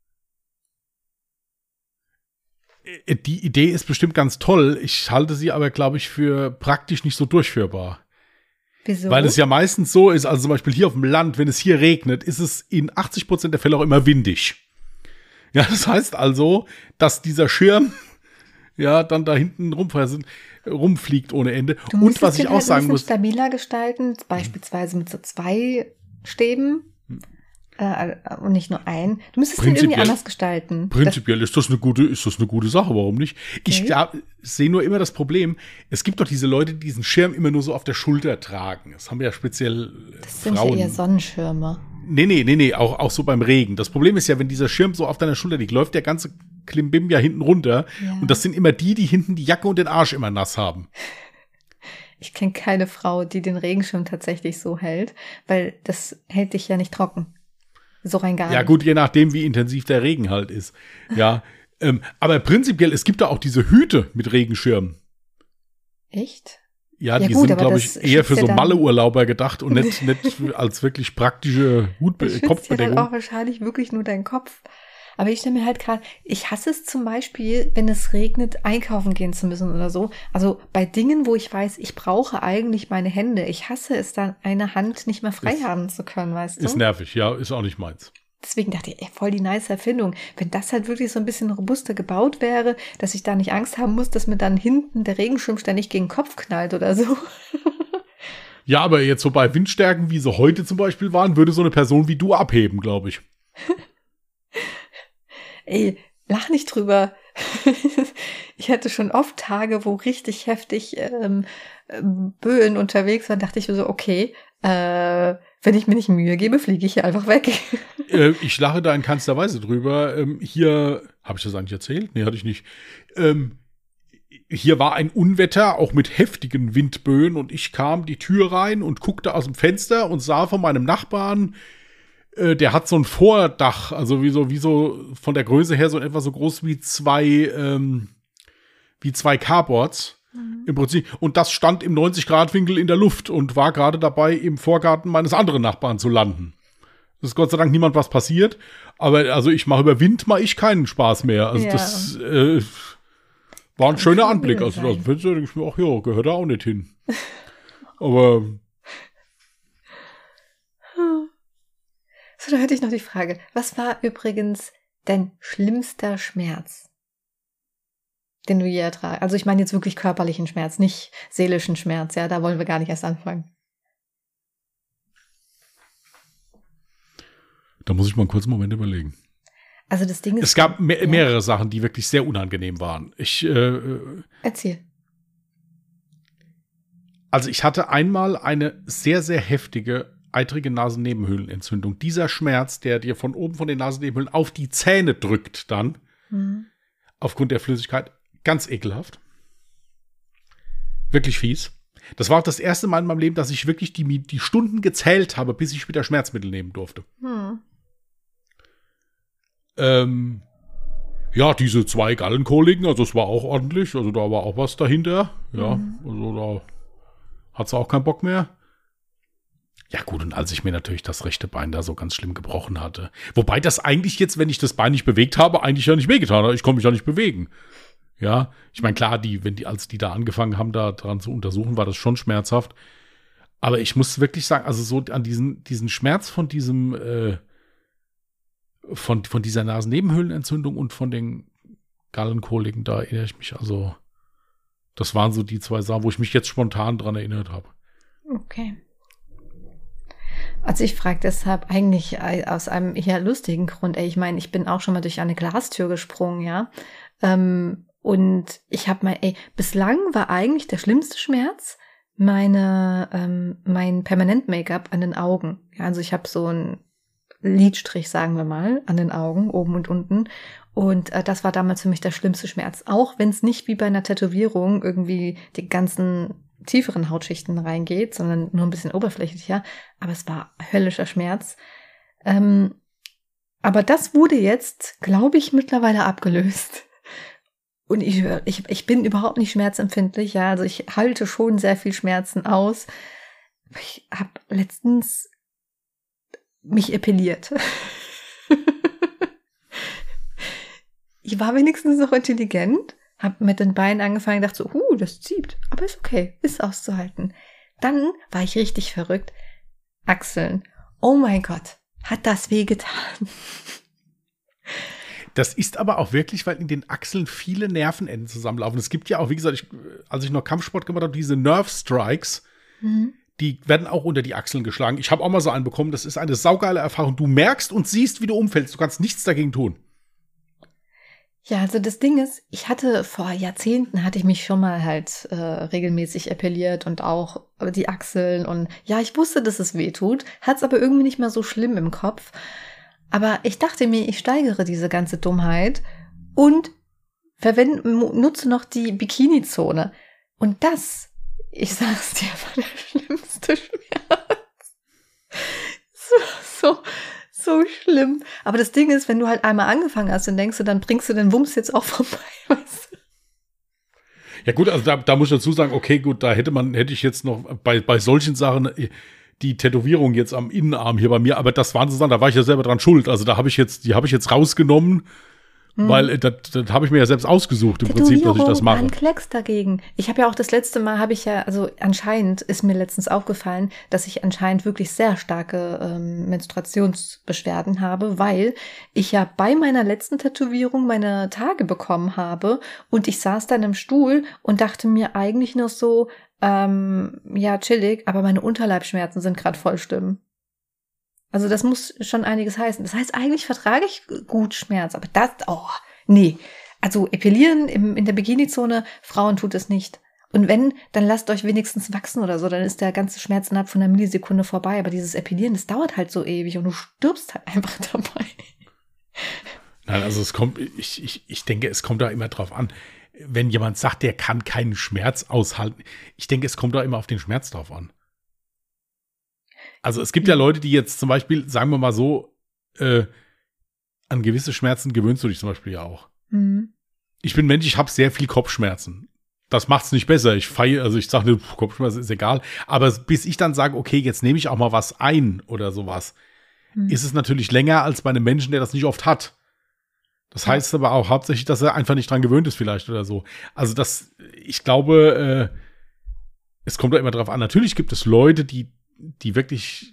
Die Idee ist bestimmt ganz toll. Ich halte sie aber, glaube ich, für praktisch nicht so durchführbar. Wieso? Weil es ja meistens so ist, also zum Beispiel hier auf dem Land, wenn es hier regnet, ist es in 80% der Fälle auch immer windig. Ja, das heißt also, dass dieser Schirm ja dann da hinten rumfliegt ohne Ende. Und was ich auch sagen muss, stabiler gestalten, beispielsweise mit so 2 Stäben. Und nicht nur ein. Du müsstest den irgendwie anders gestalten. Prinzipiell ist das eine gute Sache, warum nicht? Okay. Ich sehe nur immer das Problem, es gibt doch diese Leute, die diesen Schirm immer nur so auf der Schulter tragen. Das haben ja speziell das Frauen. Das sind ja eher Sonnenschirme. Nee, auch so beim Regen. Das Problem ist ja, wenn dieser Schirm so auf deiner Schulter liegt, läuft der ganze Klimbim ja hinten runter. Ja. Und das sind immer die hinten die Jacke und den Arsch immer nass haben. Ich kenne keine Frau, die den Regenschirm tatsächlich so hält, weil das hält dich ja nicht trocken. So rein gar nicht. Ja gut, je nachdem, wie intensiv der Regen halt ist. Ja, aber prinzipiell, es gibt da auch diese Hüte mit Regenschirmen. Echt? Ja, die gut, sind, glaube ich, eher für so Malle-Urlauber gedacht und nicht als wirklich praktische Kopfbedeckung. Ja, auch wahrscheinlich wirklich nur dein Kopf. Aber ich stelle mir halt gerade, ich hasse es zum Beispiel, wenn es regnet, einkaufen gehen zu müssen oder so. Also bei Dingen, wo ich weiß, ich brauche eigentlich meine Hände. Ich hasse es dann, eine Hand nicht mehr frei haben zu können, weißt du? Ist nervig, ja, ist auch nicht meins. Deswegen dachte ich, voll die nice Erfindung. Wenn das halt wirklich so ein bisschen robuster gebaut wäre, dass ich da nicht Angst haben muss, dass mir dann hinten der Regenschirm ständig gegen den Kopf knallt oder so. Ja, aber jetzt so bei Windstärken, wie sie heute zum Beispiel waren, würde so eine Person wie du abheben, glaube ich. Ey, lach nicht drüber. Ich hatte schon oft Tage, wo richtig heftig Böen unterwegs waren, dachte ich so, okay, wenn ich mir nicht Mühe gebe, fliege ich hier einfach weg. Ich lache da in keinster Weise drüber. Hier, habe ich das eigentlich erzählt? Nee, hatte ich nicht. Hier war ein Unwetter, auch mit heftigen Windböen, und ich kam die Tür rein und guckte aus dem Fenster und sah von meinem Nachbarn, der hat so ein Vordach, also wie so von der Größe her so etwa so groß wie zwei Carports. Im Prinzip. Und das stand im 90-Grad-Winkel in der Luft und war gerade dabei, im Vorgarten meines anderen Nachbarn zu landen. Das ist Gott sei Dank niemand was passiert. Aber also über Wind mache ich keinen Spaß mehr. Also ja. Das war ein schöner Anblick. Also das Fenster denke ich mir auch, ja, gehört da auch nicht hin. Aber so, da hätte ich noch die Frage. Was war übrigens dein schlimmster Schmerz, den du je ertragst? Also ich meine jetzt wirklich körperlichen Schmerz, nicht seelischen Schmerz. Ja, da wollen wir gar nicht erst anfangen. Da muss ich mal einen kurzen Moment überlegen. Also das Ding ist... Es gab mehrere Sachen, die wirklich sehr unangenehm waren. Erzähl. Also ich hatte einmal eine sehr, sehr heftige eitrige Nasennebenhöhlenentzündung. Dieser Schmerz, der dir von oben von den Nasennebenhöhlen auf die Zähne drückt dann, aufgrund der Flüssigkeit, ganz ekelhaft. Wirklich fies. Das war auch das erste Mal in meinem Leben, dass ich wirklich die Stunden gezählt habe, bis ich wieder Schmerzmittel nehmen durfte. Ja, diese 2 Gallenkoliken, also es war auch ordentlich, also da war auch was dahinter. Ja, also da hat sie auch keinen Bock mehr. Ja gut, und als ich mir natürlich das rechte Bein da so ganz schlimm gebrochen hatte. Wobei das eigentlich jetzt, wenn ich das Bein nicht bewegt habe, eigentlich ja nicht wehgetan hat. Ich konnte mich ja nicht bewegen. Ja, ich meine, klar, als die da angefangen haben, da dran zu untersuchen, war das schon schmerzhaft. Aber ich muss wirklich sagen, also so an diesen Schmerz von diesem, von dieser Nasennebenhöhlenentzündung und von den Gallenkoliken, da erinnere ich mich, also das waren so die 2 Sachen, wo ich mich jetzt spontan dran erinnert habe. Okay. Also ich frage deshalb eigentlich aus einem eher lustigen Grund. Ich meine, ich bin auch schon mal durch eine Glastür gesprungen, ja. Und ich habe bislang war eigentlich der schlimmste Schmerz mein Permanent-Make-up an den Augen. Ja, also ich habe so einen Lidstrich, sagen wir mal, an den Augen, oben und unten. Und das war damals für mich der schlimmste Schmerz. Auch wenn es nicht wie bei einer Tätowierung irgendwie die ganzen tieferen Hautschichten reingeht, sondern nur ein bisschen oberflächlicher. Aber es war höllischer Schmerz. Aber das wurde jetzt, glaube ich, mittlerweile abgelöst. Und ich bin überhaupt nicht schmerzempfindlich. Ja, also ich halte schon sehr viel Schmerzen aus. Ich habe letztens mich epiliert. Ich war wenigstens noch intelligent. Hab mit den Beinen angefangen, dachte so, das zieht, aber ist okay, ist auszuhalten. Dann war ich richtig verrückt. Achseln. Oh mein Gott, hat das wehgetan. Das ist aber auch wirklich, weil in den Achseln viele Nervenenden zusammenlaufen. Es gibt ja auch, wie gesagt, als ich noch Kampfsport gemacht habe, diese Nerve Strikes, die werden auch unter die Achseln geschlagen. Ich habe auch mal so einen bekommen, das ist eine saugeile Erfahrung. Du merkst und siehst, wie du umfällst. Du kannst nichts dagegen tun. Ja, also das Ding ist, vor Jahrzehnten hatte ich mich schon mal halt regelmäßig epiliert und auch die Achseln und ja, ich wusste, dass es weh tut, hat's aber irgendwie nicht mehr so schlimm im Kopf. Aber ich dachte mir, ich steigere diese ganze Dummheit und nutze noch die Bikini-Zone. Und das, ich sag's dir, war der schlimmste Schmerz. So schlimm. Aber das Ding ist, wenn du halt einmal angefangen hast, dann denkst du, dann bringst du den Wumms jetzt auch vorbei, weißt du? Ja gut, also da muss ich dazu sagen, okay, gut, da hätte ich jetzt noch bei solchen Sachen die Tätowierung jetzt am Innenarm hier bei mir, aber das waren so Sachen, da war ich ja selber dran schuld. Also die habe ich jetzt rausgenommen, weil das habe ich mir ja selbst ausgesucht im Prinzip, dass ich das mache. Ein Klecks dagegen. Ich habe ja auch das letzte Mal, also anscheinend ist mir letztens aufgefallen, dass ich anscheinend wirklich sehr starke Menstruationsbeschwerden habe, weil ich ja bei meiner letzten Tätowierung meine Tage bekommen habe und ich saß dann im Stuhl und dachte mir eigentlich nur so, ja, chillig, aber meine Unterleibsschmerzen sind gerade voll schlimm. Also das muss schon einiges heißen. Das heißt, eigentlich vertrage ich gut Schmerz, aber nee. Also epilieren in der Bikini-Zone, Frauen tut es nicht. Und wenn, dann lasst euch wenigstens wachsen oder so, dann ist der ganze Schmerz innerhalb von einer Millisekunde vorbei. Aber dieses Epilieren, das dauert halt so ewig und du stirbst halt einfach dabei. Nein, also ich denke, es kommt da immer drauf an. Wenn jemand sagt, der kann keinen Schmerz aushalten, ich denke, es kommt da immer auf den Schmerz drauf an. Also es gibt ja Leute, die jetzt zum Beispiel, sagen wir mal so, an gewisse Schmerzen gewöhnst du dich zum Beispiel ja auch. Mhm. Ich bin Mensch, ich habe sehr viel Kopfschmerzen. Das macht's nicht besser. Ich sage, Kopfschmerzen ist egal. Aber bis ich dann sage, okay, jetzt nehme ich auch mal was ein oder sowas, ist es natürlich länger als bei einem Menschen, der das nicht oft hat. Das heißt aber auch hauptsächlich, dass er einfach nicht dran gewöhnt ist vielleicht oder so. Also ich glaube, es kommt da immer drauf an. Natürlich gibt es Leute, die wirklich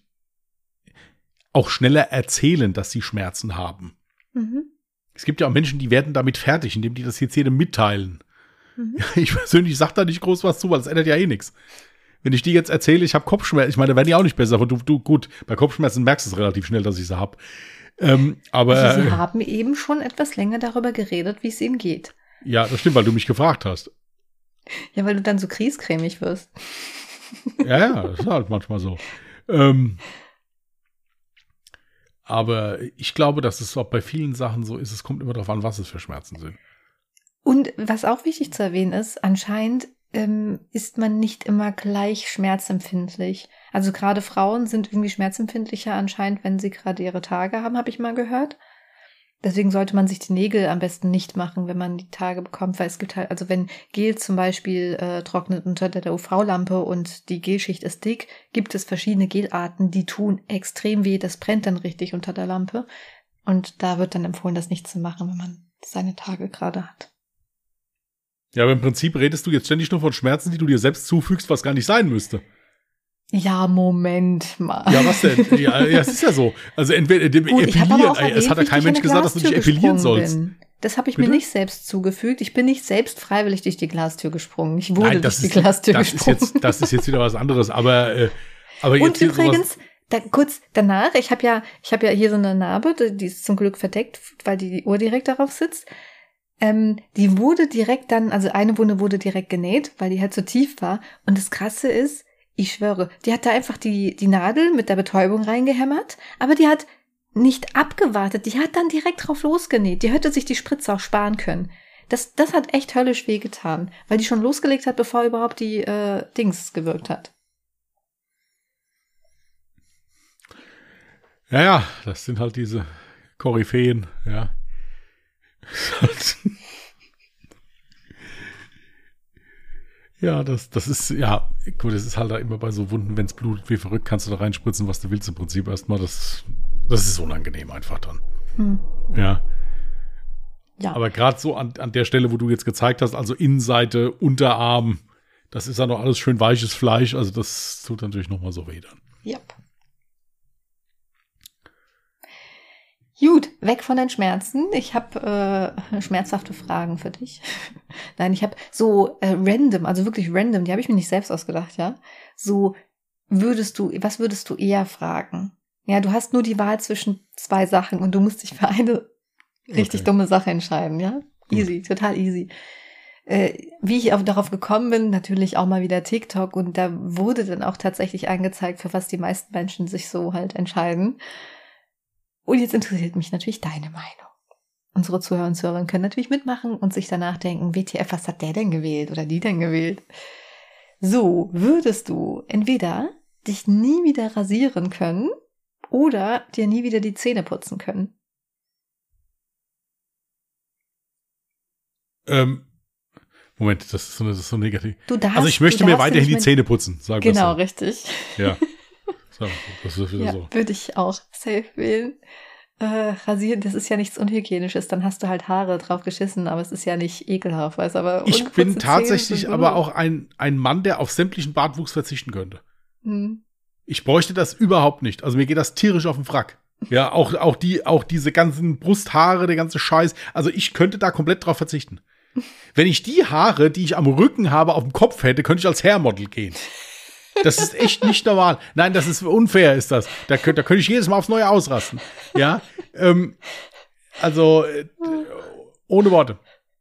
auch schneller erzählen, dass sie Schmerzen haben. Mhm. Es gibt ja auch Menschen, die werden damit fertig, indem die das jetzt jedem mitteilen. Mhm. Ich persönlich sage da nicht groß was zu, weil das ändert ja eh nichts. Wenn ich dir jetzt erzähle, ich habe Kopfschmerzen, ich meine, da werden die auch nicht besser, aber du gut, bei Kopfschmerzen merkst du es relativ schnell, dass ich sie habe. Aber also Sie haben eben schon etwas länger darüber geredet, wie es Ihnen geht. Ja, das stimmt, weil du mich gefragt hast. Ja, weil du dann so kriescremig wirst. Ja, das ist halt manchmal so. Aber ich glaube, dass es auch bei vielen Sachen so ist, es kommt immer darauf an, was es für Schmerzen sind. Und was auch wichtig zu erwähnen ist, anscheinend ist man nicht immer gleich schmerzempfindlich. Also gerade Frauen sind irgendwie schmerzempfindlicher anscheinend, wenn sie gerade ihre Tage haben, habe ich mal gehört. Deswegen sollte man sich die Nägel am besten nicht machen, wenn man die Tage bekommt, weil es gibt halt, also wenn Gel zum Beispiel trocknet unter der UV-Lampe und die Gelschicht ist dick, gibt es verschiedene Gelarten, die tun extrem weh, das brennt dann richtig unter der Lampe und da wird dann empfohlen, das nicht zu machen, wenn man seine Tage gerade hat. Ja, aber im Prinzip redest du jetzt ständig nur von Schmerzen, die du dir selbst zufügst, was gar nicht sein müsste. Ja, Moment mal. Ja, was denn? Ja, es ist ja so. Also entweder epilieren, es hat ja kein Mensch gesagt, dass du dich epilieren sollst. Das habe ich mir nicht selbst zugefügt. Ich bin nicht selbst freiwillig durch die Glastür gesprungen. Ich wurde durch die Glastür gesprungen. Das ist jetzt wieder was anderes. Aber jetzt und übrigens, kurz danach, ich habe ja hier so eine Narbe, die ist zum Glück verdeckt, weil die Uhr direkt darauf sitzt. Die wurde direkt dann, also eine Wunde wurde direkt genäht, weil die halt so tief war. Und das Krasse ist, ich schwöre, die hat da einfach die Nadel mit der Betäubung reingehämmert, aber die hat nicht abgewartet, die hat dann direkt drauf losgenäht. Die hätte sich die Spritze auch sparen können. Das hat echt höllisch wehgetan, weil die schon losgelegt hat, bevor überhaupt die Dings gewirkt hat. Ja, das sind halt diese Koryphäen, ja. Ja, das ist, ja, gut, das ist halt da immer bei so Wunden, wenn es blutet wie verrückt, kannst du da reinspritzen, was du willst im Prinzip erstmal. Das ist unangenehm einfach dann. Ja. Aber gerade so an der Stelle, wo du jetzt gezeigt hast, also Innenseite, Unterarm, das ist ja noch alles schön weiches Fleisch, also das tut natürlich nochmal so weh dann. Yep. Gut, weg von den Schmerzen. Ich habe schmerzhafte Fragen für dich. Nein, ich habe so random, also wirklich random, die habe ich mir nicht selbst ausgedacht, ja. So was würdest du eher fragen? Ja, du hast nur die Wahl zwischen 2 Sachen und du musst dich für eine richtig dumme Sache entscheiden, ja? Gut. Easy, total easy. Wie ich auch darauf gekommen bin, natürlich auch mal wieder TikTok und da wurde dann auch tatsächlich angezeigt, für was die meisten Menschen sich so halt entscheiden. Und jetzt interessiert mich natürlich deine Meinung. Unsere Zuhörer und Zuhörerinnen können natürlich mitmachen und sich danach denken, WTF, was hat der denn gewählt oder die denn gewählt? So, würdest du entweder dich nie wieder rasieren können oder dir nie wieder die Zähne putzen können? Moment, das ist so negativ. Also ich möchte mir weiterhin die Zähne putzen, sagen wir Genau, so. richtig. Ja, das ist wieder Ja, so. würde ich auch safe wählen. Rasieren, das ist ja nichts Unhygienisches, dann hast du halt Haare drauf geschissen, aber es ist ja nicht ekelhaft, weißt du, aber Ich bin ungeputzte tatsächlich Zähne aber auch ein Mann, der auf sämtlichen Bartwuchs verzichten könnte. Hm. Ich bräuchte das überhaupt nicht. Also mir geht das tierisch auf den Wrack. Ja, auch diese ganzen Brusthaare, der ganze Scheiß. Also ich könnte da komplett drauf verzichten. Wenn ich die Haare, die ich am Rücken habe, auf dem Kopf hätte, könnte ich als Hairmodel gehen. Das ist echt nicht normal. Nein, das ist unfair, ist das. Da könnte ich jedes Mal aufs Neue ausrasten. Ja, ohne Worte.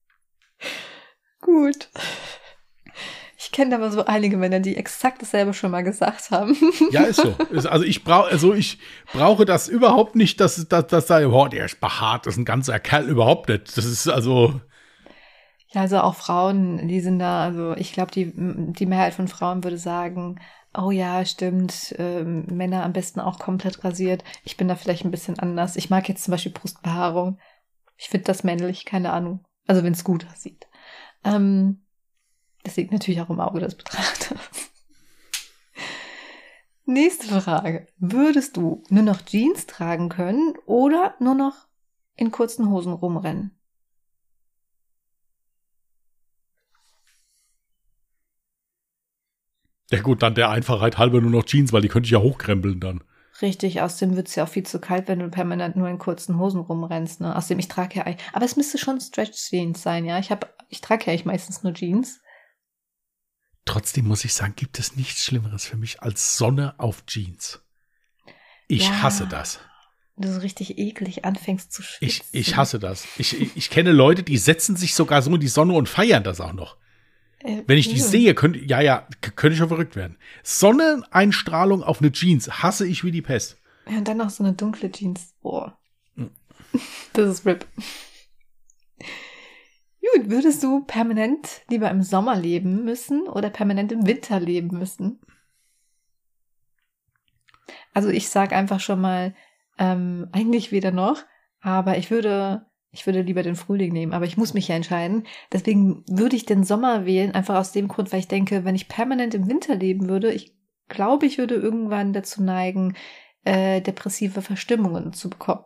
Gut. Ich kenne aber so einige Männer, die exakt dasselbe schon mal gesagt haben. Ja, ist so. Ich brauche das überhaupt nicht, dass da, der ist behaart, das ist ein ganzer Kerl, überhaupt nicht. Das ist also. Ja, also auch Frauen, die sind da, also ich glaube, die Mehrheit von Frauen würde sagen, oh ja, stimmt, Männer am besten auch komplett rasiert. Ich bin da vielleicht ein bisschen anders. Ich mag jetzt zum Beispiel Brustbehaarung. Ich finde das männlich, keine Ahnung. Also wenn es gut aussieht. Das liegt natürlich auch im Auge des Betrachters. Nächste Frage. Würdest du nur noch Jeans tragen können oder nur noch in kurzen Hosen rumrennen? Ja gut, dann der Einfachheit halber nur noch Jeans, weil die könnte ich ja hochkrempeln dann. Richtig, außerdem wird es ja auch viel zu kalt, wenn du permanent nur in kurzen Hosen rumrennst. Ne? Außerdem, ich trage ja, aber es müsste schon Stretch-Jeans sein, ja. Ich trage ja eigentlich meistens nur Jeans. Trotzdem muss ich sagen, gibt es nichts Schlimmeres für mich als Sonne auf Jeans. Ich hasse das. Du so richtig eklig anfängst zu schwitzen. Ich hasse das. Ich kenne Leute, die setzen sich sogar so in die Sonne und feiern das auch noch. Wenn ich die sehe, könnte ich schon verrückt werden. Sonneneinstrahlung auf eine Jeans hasse ich wie die Pest. Ja, und dann noch so eine dunkle Jeans. Boah. Das ist RIP. Gut, würdest du permanent lieber im Sommer leben müssen oder permanent im Winter leben müssen? Also ich sag einfach schon mal, eigentlich weder noch, aber ich würde lieber den Frühling nehmen, aber ich muss mich ja entscheiden. Deswegen würde ich den Sommer wählen, einfach aus dem Grund, weil ich denke, wenn ich permanent im Winter leben würde, ich glaube, ich würde irgendwann dazu neigen, depressive Verstimmungen zu bekommen.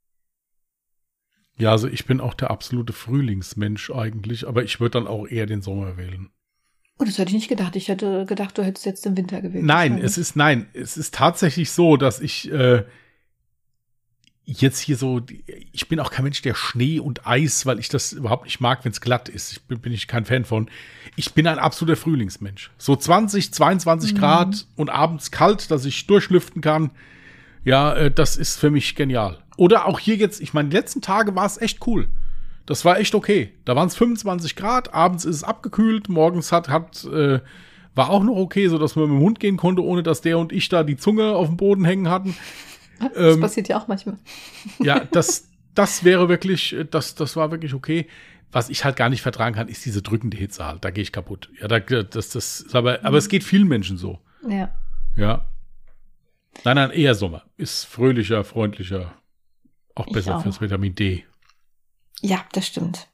Ja, also ich bin auch der absolute Frühlingsmensch eigentlich, aber ich würde dann auch eher den Sommer wählen. Oh, das hätte ich nicht gedacht. Ich hätte gedacht, du hättest jetzt den Winter gewählt. Nein, es ist tatsächlich so, dass ich jetzt hier so, ich bin auch kein Mensch, der Schnee und Eis, weil ich das überhaupt nicht mag, wenn es glatt ist. Bin ich kein Fan von. Ich bin ein absoluter Frühlingsmensch. So 20, 22 Grad und abends kalt, dass ich durchlüften kann. Ja, das ist für mich genial. Oder auch hier jetzt, ich meine, die letzten Tage war es echt cool. Das war echt okay. Da waren es 25 Grad, abends ist es abgekühlt, morgens war auch noch okay, so dass man mit dem Hund gehen konnte, ohne dass der und ich da die Zunge auf dem Boden hängen hatten. Das passiert ja auch manchmal. Ja, das wäre wirklich, das war wirklich okay. Was ich halt gar nicht vertragen kann, ist diese drückende Hitze halt. Da gehe ich kaputt. Ja, aber es geht vielen Menschen so. Ja. Ja. Nein, eher Sommer. Ist fröhlicher, freundlicher, auch besser fürs Vitamin D. Ja, das stimmt.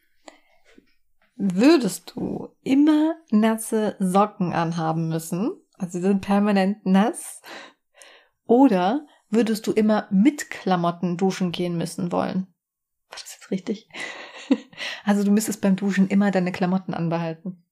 Würdest du immer nasse Socken anhaben müssen? Also sie sind permanent nass. Oder würdest du immer mit Klamotten duschen gehen müssen wollen? War das jetzt richtig? Also du müsstest beim Duschen immer deine Klamotten anbehalten.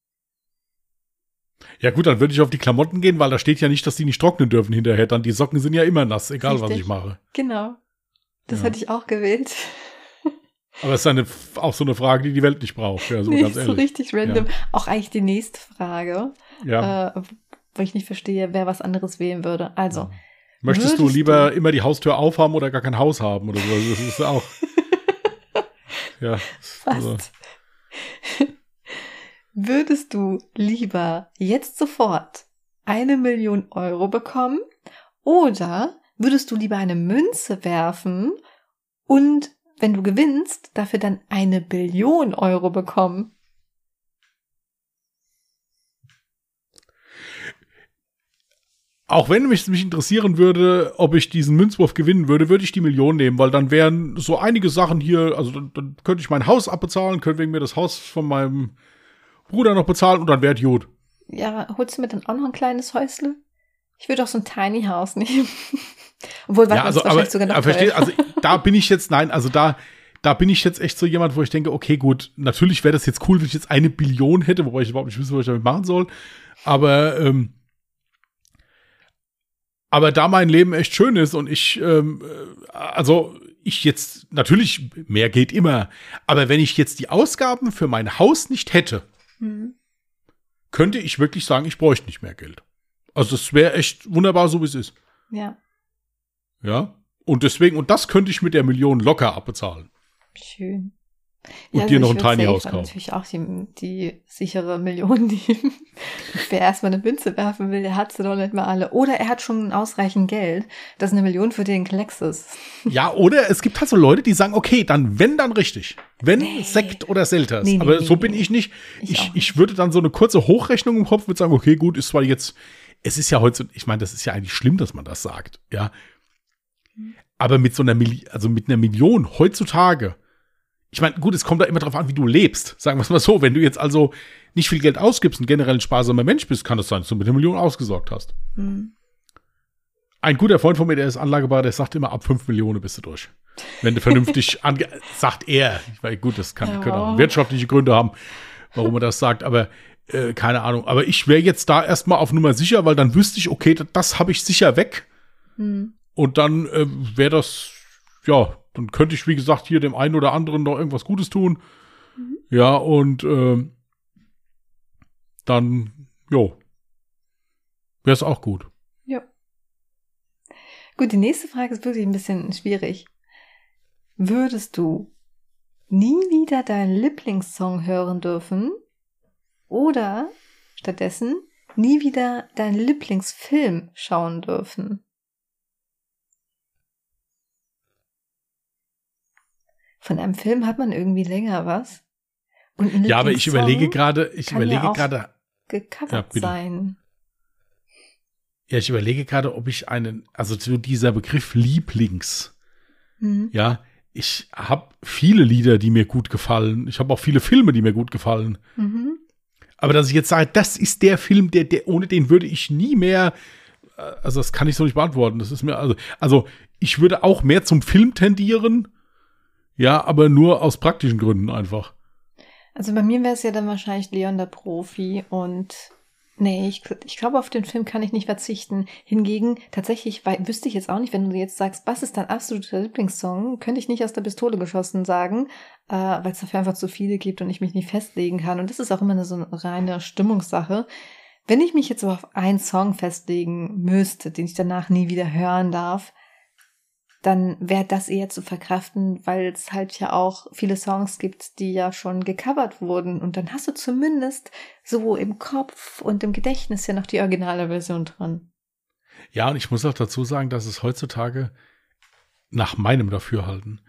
Ja gut, dann würde ich auf die Klamotten gehen, weil da steht ja nicht, dass die nicht trocknen dürfen hinterher. Dann die Socken sind ja immer nass, egal richtig. Was ich mache. Genau. Das hätte ich auch gewählt. Aber es ist auch so eine Frage, die die Welt nicht braucht. Ja, so nee, ganz ehrlich. So richtig random. Ja. Auch eigentlich die nächste Frage. Ja. wo ich nicht verstehe, wer was anderes wählen würde. Also. Möchtest du lieber immer die Haustür aufhaben oder gar kein Haus haben oder so? Das ist auch. Ja. Fast. Also. Würdest du lieber jetzt sofort 1 Million Euro bekommen oder würdest du lieber eine Münze werfen und wenn du gewinnst, dafür dann 1 Billion Euro bekommen? Auch wenn mich interessieren würde, ob ich diesen Münzwurf gewinnen würde, würde ich die Million nehmen, weil dann wären so einige Sachen hier, also dann könnte ich mein Haus abbezahlen, könnte wegen mir das Haus von meinem Bruder noch bezahlen und dann wäre es gut. Ja, holst du mir dann auch noch ein kleines Häusle? Ich würde auch so ein Tiny House nehmen. Obwohl, ja, also, wahrscheinlich sogar noch verstehe, also da bin ich jetzt, da bin ich jetzt echt so jemand, wo ich denke, okay, gut, natürlich wäre das jetzt cool, wenn ich jetzt 1 Billion hätte, wobei ich überhaupt nicht wüsste, was ich damit machen soll. Aber da mein Leben echt schön ist und ich jetzt, natürlich, mehr geht immer, aber wenn ich jetzt die Ausgaben für mein Haus nicht hätte, könnte ich wirklich sagen, ich bräuchte nicht mehr Geld. Also es wäre echt wunderbar, so wie es ist. Ja. Ja, und deswegen, und das könnte ich mit der Million locker abbezahlen. Schön. Und ja, dir noch ein Tiny House kaufen. Natürlich auch die sichere Million nehmen. Wer erstmal eine Münze werfen will, der hat sie doch nicht mal alle. Oder er hat schon ausreichend Geld, dass 1 Million für den Klecks ist. Ja, oder es gibt halt so Leute, die sagen, okay, dann wenn, dann richtig. Wenn Sekt oder Selters. Aber so bin ich nicht. Ich würde dann so eine kurze Hochrechnung im Kopf, würde sagen, okay, gut, ist zwar jetzt, es ist ja heute, ich meine, das ist ja eigentlich schlimm, dass man das sagt, ja. Aber mit so einer mit einer Million heutzutage, ich meine, gut, es kommt da immer drauf an, wie du lebst. Sagen wir es mal so. Wenn du jetzt also nicht viel Geld ausgibst und generell ein sparsamer Mensch bist, kann es sein, dass du mit 1 Million ausgesorgt hast. Ein guter Freund von mir, der ist Anlageberater, der sagt immer, ab 5 Millionen bist du durch. Wenn du vernünftig sagt er. Ich meine, gut, das können auch wirtschaftliche Gründe haben, warum er das sagt, aber keine Ahnung. Aber ich wäre jetzt da erstmal auf Nummer sicher, weil dann wüsste ich, okay, das habe ich sicher weg. Und dann wäre das, ja, dann könnte ich, wie gesagt, hier dem einen oder anderen noch irgendwas Gutes tun. Ja, und dann, wäre es auch gut. Ja. Gut, die nächste Frage ist wirklich ein bisschen schwierig. Würdest du nie wieder deinen Lieblingssong hören dürfen oder stattdessen nie wieder deinen Lieblingsfilm schauen dürfen? Von einem Film hat man irgendwie länger was. Und ja, aber ich überlege gerade, gecovert sein. Ja, ich überlege gerade, ob ich also zu dieser Begriff Lieblings, ja, ich habe viele Lieder, die mir gut gefallen. Ich habe auch viele Filme, die mir gut gefallen. Aber dass ich jetzt sage, das ist der Film, der ohne den würde ich nie mehr, also das kann ich so nicht beantworten. Das ist mir, also ich würde auch mehr zum Film tendieren. Ja, aber nur aus praktischen Gründen einfach. Also bei mir wäre es ja dann wahrscheinlich Leon der Profi und nee, ich glaube, auf den Film kann ich nicht verzichten. Hingegen, tatsächlich, wüsste ich jetzt auch nicht, wenn du jetzt sagst, was ist dein absoluter Lieblingssong, könnte ich nicht aus der Pistole geschossen sagen, weil es dafür einfach zu viele gibt und ich mich nicht festlegen kann. Und das ist auch immer so eine reine Stimmungssache. Wenn ich mich jetzt aber auf einen Song festlegen müsste, den ich danach nie wieder hören darf, dann wäre das eher zu verkraften, weil es halt ja auch viele Songs gibt, die ja schon gecovert wurden. Und dann hast du zumindest so im Kopf und im Gedächtnis ja noch die originale Version drin. Ja, und ich muss auch dazu sagen, dass es heutzutage nach meinem Dafürhalten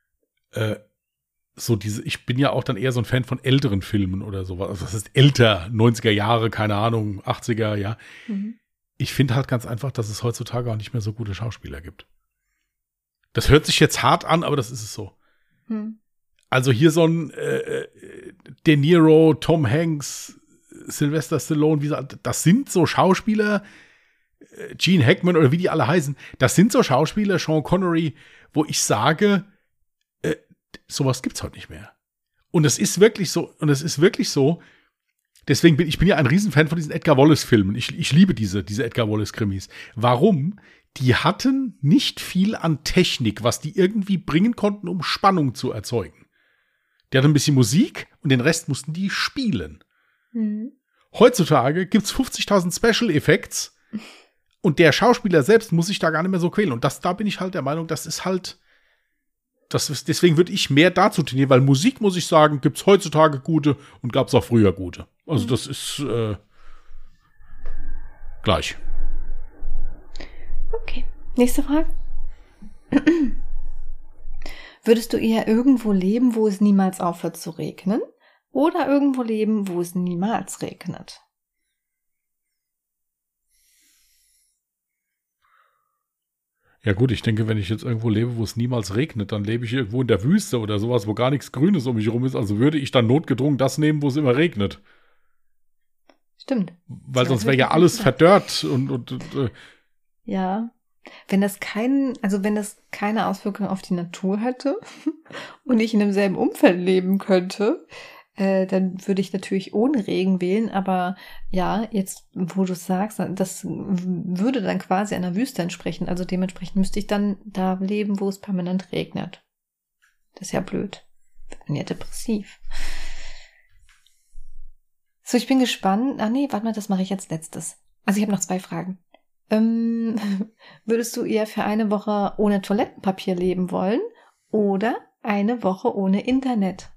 ich bin ja auch dann eher so ein Fan von älteren Filmen oder sowas. Also das ist älter, 90er Jahre, keine Ahnung, 80er, ja. Ich finde halt ganz einfach, dass es heutzutage auch nicht mehr so gute Schauspieler gibt. Das hört sich jetzt hart an, aber das ist es so. Also hier so ein De Niro, Tom Hanks, Sylvester Stallone, das sind so Schauspieler, Gene Hackman oder wie die alle heißen, das sind so Schauspieler, Sean Connery, wo ich sage, sowas gibt's heute nicht mehr. Und es ist wirklich so, deswegen ich bin ja ein Riesenfan von diesen Edgar Wallace-Filmen. Ich liebe diese Edgar Wallace-Krimis. Warum? Die hatten nicht viel an Technik, was die irgendwie bringen konnten, um Spannung zu erzeugen. Die hatten ein bisschen Musik und den Rest mussten die spielen. Heutzutage gibt es 50.000 Special Effects und der Schauspieler selbst muss sich da gar nicht mehr so quälen. Und da bin ich halt der Meinung, deswegen würde ich mehr dazu tendieren, weil Musik, muss ich sagen, gibt es heutzutage gute und gab es auch früher gute. Also das ist gleich. Okay, nächste Frage. Würdest du eher irgendwo leben, wo es niemals aufhört zu regnen? Oder irgendwo leben, wo es niemals regnet? Ja gut, ich denke, wenn ich jetzt irgendwo lebe, wo es niemals regnet, dann lebe ich irgendwo in der Wüste oder sowas, wo gar nichts Grünes um mich herum ist. Also würde ich dann notgedrungen das nehmen, wo es immer regnet. Stimmt. Weil sonst wäre ja alles verdörrt und ja. Wenn das keine Auswirkungen auf die Natur hätte und ich in demselben Umfeld leben könnte, dann würde ich natürlich ohne Regen wählen. Aber ja, jetzt, wo du es sagst, das würde dann quasi einer Wüste entsprechen. Also dementsprechend müsste ich dann da leben, wo es permanent regnet. Das ist ja blöd. Ich bin ja depressiv. So, ich bin gespannt. Ah nee, warte mal, das mache ich jetzt letztes. Also ich habe noch 2 Fragen. Würdest du eher für eine Woche ohne Toilettenpapier leben wollen oder eine Woche ohne Internet?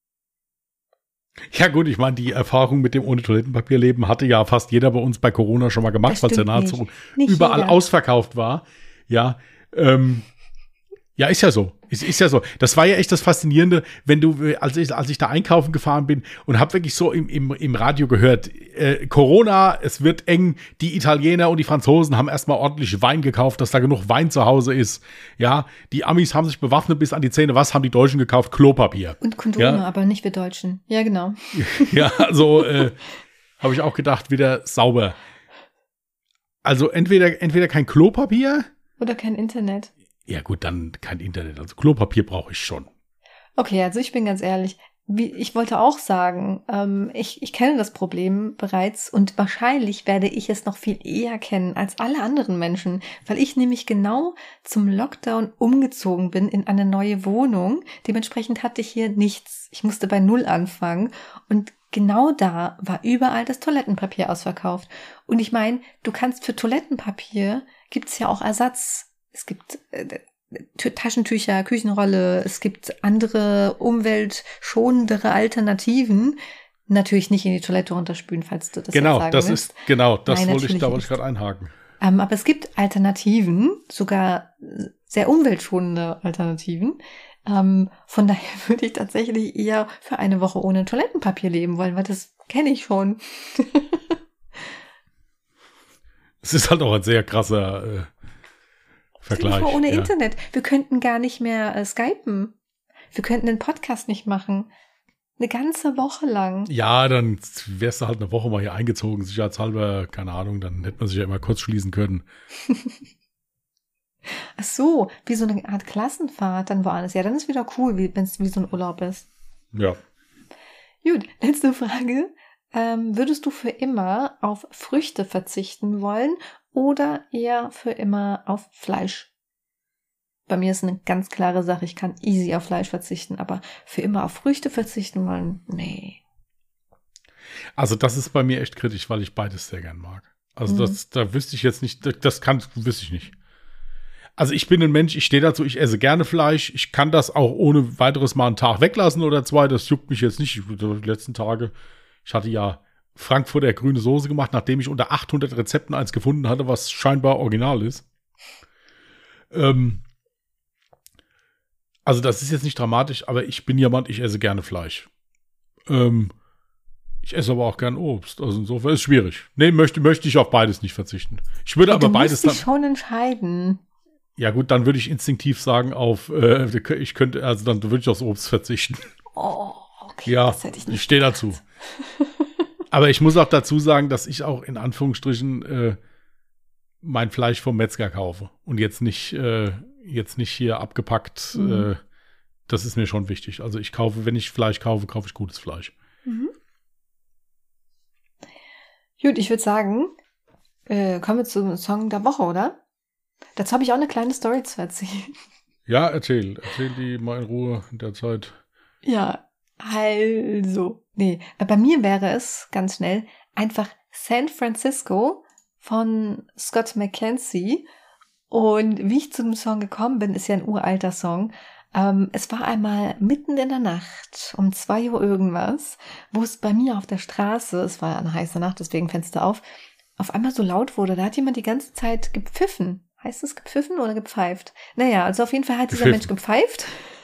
ja gut, ich meine, die Erfahrung mit dem ohne Toilettenpapier leben hatte ja fast jeder bei uns bei Corona schon mal gemacht, weil es ja nahezu nicht überall jeder. Ausverkauft war. Ja, ja, ist ja so. Ist ja so. Das war ja echt das Faszinierende, wenn du, als ich da einkaufen gefahren bin und habe wirklich so im Radio gehört, Corona, es wird eng, die Italiener und die Franzosen haben erstmal ordentlich Wein gekauft, dass da genug Wein zu Hause ist. Ja, die Amis haben sich bewaffnet bis an die Zähne. Was haben die Deutschen gekauft? Klopapier. Und Kondome, ja? Aber nicht wir Deutschen. Ja, genau. Ja, also habe ich auch gedacht, wieder sauber. Also entweder kein Klopapier. Oder kein Internet. Ja gut, dann kein Internet. Also Klopapier brauche ich schon. Okay, also ich bin ganz ehrlich. Ich wollte auch sagen, ich kenne das Problem bereits und wahrscheinlich werde ich es noch viel eher kennen als alle anderen Menschen, weil ich nämlich genau zum Lockdown umgezogen bin in eine neue Wohnung. Dementsprechend hatte ich hier nichts. Ich musste bei Null anfangen und genau da war überall das Toilettenpapier ausverkauft. Und ich meine, du kannst für Toilettenpapier, gibt's ja auch Ersatz. Es gibt Taschentücher, Küchenrolle, es gibt andere umweltschonendere Alternativen. Natürlich nicht in die Toilette runterspülen, falls du das jetzt sagen willst. Das wollte ich gerade einhaken. Aber es gibt Alternativen, sogar sehr umweltschonende Alternativen. Von daher würde ich tatsächlich eher für eine Woche ohne Toilettenpapier leben wollen, weil das kenne ich schon. Es ist halt auch ein sehr krasser Vergleich. Ohne Internet. Wir könnten gar nicht mehr skypen. Wir könnten den Podcast nicht machen. Eine ganze Woche lang. Ja, dann wärst du halt eine Woche mal hier eingezogen, sicherheitshalber, keine Ahnung, dann hätte man sich ja immer kurz schließen können. Ach so, wie so eine Art Klassenfahrt dann woanders. Ja, dann ist wieder cool, wenn es wie so ein Urlaub ist. Ja. Gut, letzte Frage. Würdest du für immer auf Früchte verzichten wollen oder eher für immer auf Fleisch? Bei mir ist eine ganz klare Sache, ich kann easy auf Fleisch verzichten, aber für immer auf Früchte verzichten wollen, nee. Also das ist bei mir echt kritisch, weil ich beides sehr gern mag. Also da wüsste ich jetzt nicht, wüsste ich nicht. Also ich bin ein Mensch, ich stehe dazu, ich esse gerne Fleisch, ich kann das auch ohne weiteres mal einen Tag weglassen oder 2, das juckt mich jetzt nicht. Die letzten Tage, ich hatte ja Frankfurter grüne Soße gemacht, nachdem ich unter 800 Rezepten eins gefunden hatte, was scheinbar original ist. Also das ist jetzt nicht dramatisch, aber ich bin jemand, ich esse gerne Fleisch. Ich esse aber auch gern Obst. Also insofern ist es schwierig. Nee, möchte ich auf beides nicht verzichten. Ich würde aber beides dann. Du musst dich schon entscheiden. Ja gut, dann würde ich instinktiv sagen dann würde ich aufs Obst verzichten. Oh, okay. Ja, das hätte ich nicht ich stehe dazu. Aber ich muss auch dazu sagen, dass ich auch in Anführungsstrichen mein Fleisch vom Metzger kaufe und jetzt nicht hier abgepackt. Das ist mir schon wichtig. Also ich kaufe, wenn ich Fleisch kaufe, kaufe ich gutes Fleisch. Mhm. Gut, ich würde sagen, kommen wir zum Song der Woche, oder? Dazu habe ich auch eine kleine Story zu erzählen. Ja, erzähl die mal in Ruhe in der Zeit. Ja, also, Nee, bei mir wäre es ganz schnell einfach San Francisco von Scott McKenzie. Und wie ich zu dem Song gekommen bin, ist ja ein uralter Song. Es war einmal mitten in der Nacht, um 2 Uhr irgendwas, wo es bei mir auf der Straße, es war eine heiße Nacht, deswegen Fenster auf einmal so laut wurde. Da hat jemand die ganze Zeit gepfiffen. Heißt es gepfiffen oder gepfeift? Naja, also auf jeden Fall hat dieser Mensch gepfeift.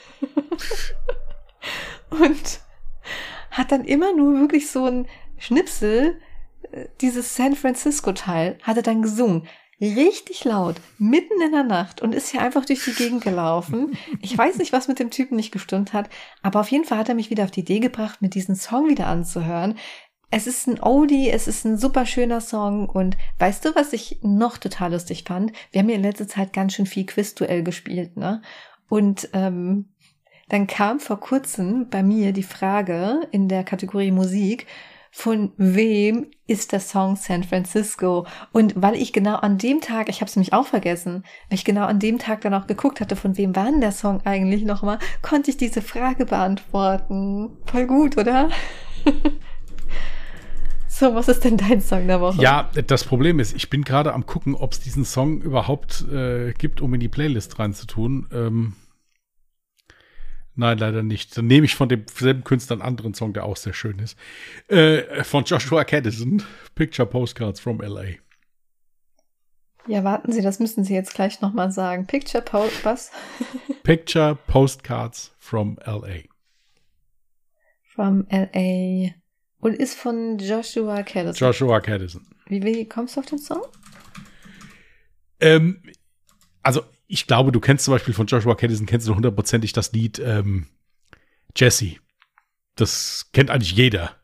Und hat dann immer nur wirklich so ein Schnipsel, dieses San Francisco-Teil, hat er dann gesungen. Richtig laut, mitten in der Nacht und ist hier einfach durch die Gegend gelaufen. Ich weiß nicht, was mit dem Typen nicht gestimmt hat, aber auf jeden Fall hat er mich wieder auf die Idee gebracht, mir diesen Song wieder anzuhören. Es ist ein Oldie, es ist ein super schöner Song und weißt du, was ich noch total lustig fand? Wir haben ja in letzter Zeit ganz schön viel Quizduell gespielt, ne? Und dann kam vor kurzem bei mir die Frage in der Kategorie Musik, von wem ist der Song San Francisco? Und weil ich genau an dem Tag, ich habe es nämlich auch vergessen, weil ich genau an dem Tag dann auch geguckt hatte, von wem war denn der Song eigentlich nochmal, konnte ich diese Frage beantworten. Voll gut, oder? So, was ist denn dein Song der Woche? Ja, das Problem ist, ich bin gerade am gucken, ob es diesen Song überhaupt gibt, um in die Playlist reinzutun. Nein, leider nicht. Dann nehme ich von demselben Künstler einen anderen Song, der auch sehr schön ist. Von Joshua Caddison, Picture Postcards from L.A. Ja, warten Sie, das müssen Sie jetzt gleich nochmal sagen. Was? Picture Postcards from L.A. From L.A. Und ist von Joshua Caddison. Joshua Caddison. Wie kommst du auf den Song? Also, ich glaube, du kennst zum Beispiel von Joshua Caddison, kennst du hundertprozentig das Lied Jesse. Das kennt eigentlich jeder.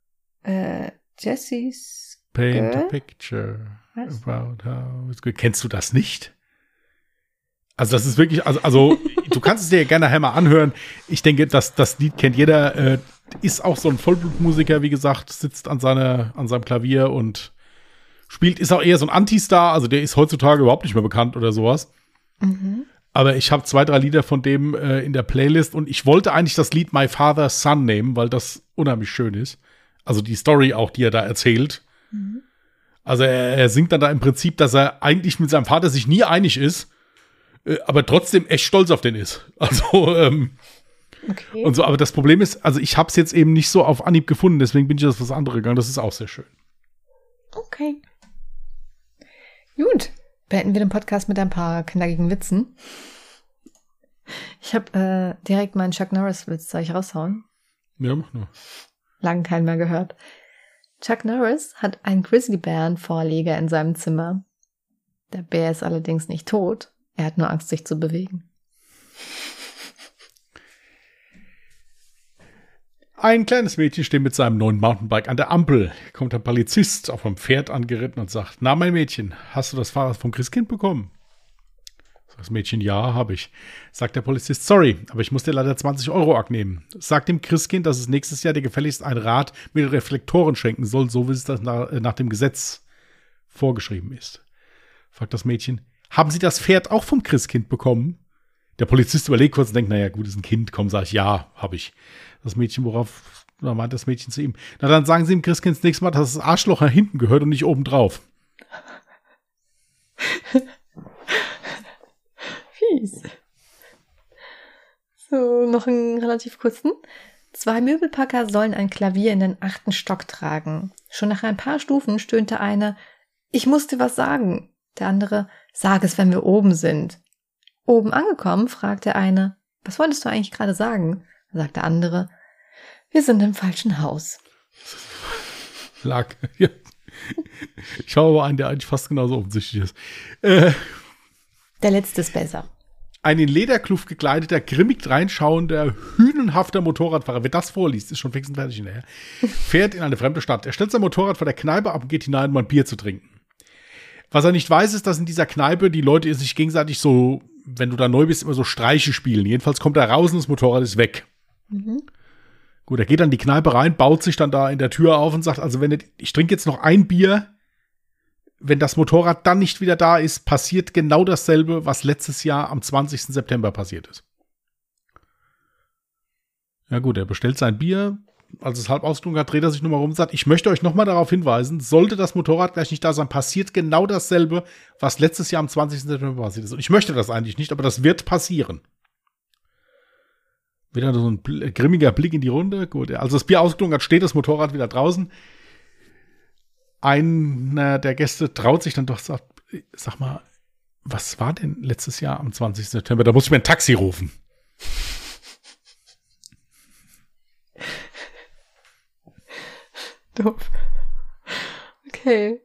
Jesse's Paint Girl? a picture about how it's good. Kennst du das nicht? Also das ist wirklich, also du kannst es dir ja gerne nachher mal anhören. Ich denke, das Lied kennt jeder. Ist auch so ein Vollblutmusiker, wie gesagt, sitzt an seinem Klavier und spielt, ist auch eher so ein Anti-Star. Also der ist heutzutage überhaupt nicht mehr bekannt oder sowas. Mhm. Aber ich habe 2, 3 Lieder von dem in der Playlist und ich wollte eigentlich das Lied My Father's Son nehmen, weil das unheimlich schön ist. Also die Story auch, die er da erzählt. Mhm. Also er singt dann da im Prinzip, dass er eigentlich mit seinem Vater sich nie einig ist, aber trotzdem echt stolz auf den ist. Also okay. Und so. Aber das Problem ist, also ich habe es jetzt eben nicht so auf Anhieb gefunden, deswegen bin ich auf was anderes gegangen. Das ist auch sehr schön. Okay. Gut. Beenden wir den Podcast mit ein paar knackigen Witzen. Ich habe direkt meinen Chuck Norris-Witz. Soll ich raushauen? Ja, mach nur. Lang keinen mehr gehört. Chuck Norris hat einen Grizzlybären-Vorleger in seinem Zimmer. Der Bär ist allerdings nicht tot. Er hat nur Angst, sich zu bewegen. Ein kleines Mädchen steht mit seinem neuen Mountainbike an der Ampel. Kommt ein Polizist auf einem Pferd angeritten und sagt: Na, mein Mädchen, hast du das Fahrrad vom Christkind bekommen? Sagt das Mädchen: Ja, habe ich. Sagt der Polizist: Sorry, aber ich muss dir leider 20 € abnehmen. Sagt dem Christkind, dass es nächstes Jahr dir gefälligst ein Rad mit Reflektoren schenken soll, so wie es das nach dem Gesetz vorgeschrieben ist. Fragt das Mädchen: Haben Sie das Pferd auch vom Christkind bekommen? Der Polizist überlegt kurz und denkt: Naja, gut, ist ein Kind. Komm, sag ich: Ja, habe ich. Das Mädchen, da meint das Mädchen zu ihm: Na, dann sagen Sie dem Christkind das nächste Mal, dass das Arschloch nach hinten gehört und nicht oben drauf. Fies. So, noch einen relativ kurzen. 2 Möbelpacker sollen ein Klavier in den 8. Stock tragen. Schon nach ein paar Stufen stöhnte eine: Ich muss dir was sagen. Der andere: Sag es, wenn wir oben sind. Oben angekommen, fragt der eine: Was wolltest du eigentlich gerade sagen? Sagt der andere: Wir sind im falschen Haus. Ja. Ich habe aber einen, der eigentlich fast genauso offensichtlich ist. Der letzte ist besser. Ein in Lederkluft gekleideter, grimmig reinschauender, hünenhafter Motorradfahrer, wer das vorliest, ist schon fix und fertig hinterher, fährt in eine fremde Stadt. Er stellt sein Motorrad vor der Kneipe ab und geht hinein, um ein Bier zu trinken. Was er nicht weiß, ist, dass in dieser Kneipe die Leute sich gegenseitig so, wenn du da neu bist, immer so Streiche spielen. Jedenfalls kommt er raus und das Motorrad ist weg. Mhm. Gut, er geht dann in die Kneipe rein, baut sich dann da in der Tür auf und sagt: Also ich trinke jetzt noch ein Bier, wenn das Motorrad dann nicht wieder da ist, passiert genau dasselbe, was letztes Jahr am 20. September passiert ist. Ja gut, er bestellt sein Bier, als es halb ausgeklungen hat, dreht er sich nochmal rum und sagt, ich möchte euch nochmal darauf hinweisen, sollte das Motorrad gleich nicht da sein, passiert genau dasselbe, was letztes Jahr am 20. September passiert ist. Und ich möchte das eigentlich nicht, aber das wird passieren. Wieder so ein grimmiger Blick in die Runde. Gut, also das Bier ausgeklungen hat, steht das Motorrad wieder draußen. Einer der Gäste traut sich dann doch, sagt, sag mal, was war denn letztes Jahr am 20. September? Da muss ich mir ein Taxi rufen. Doof. Okay.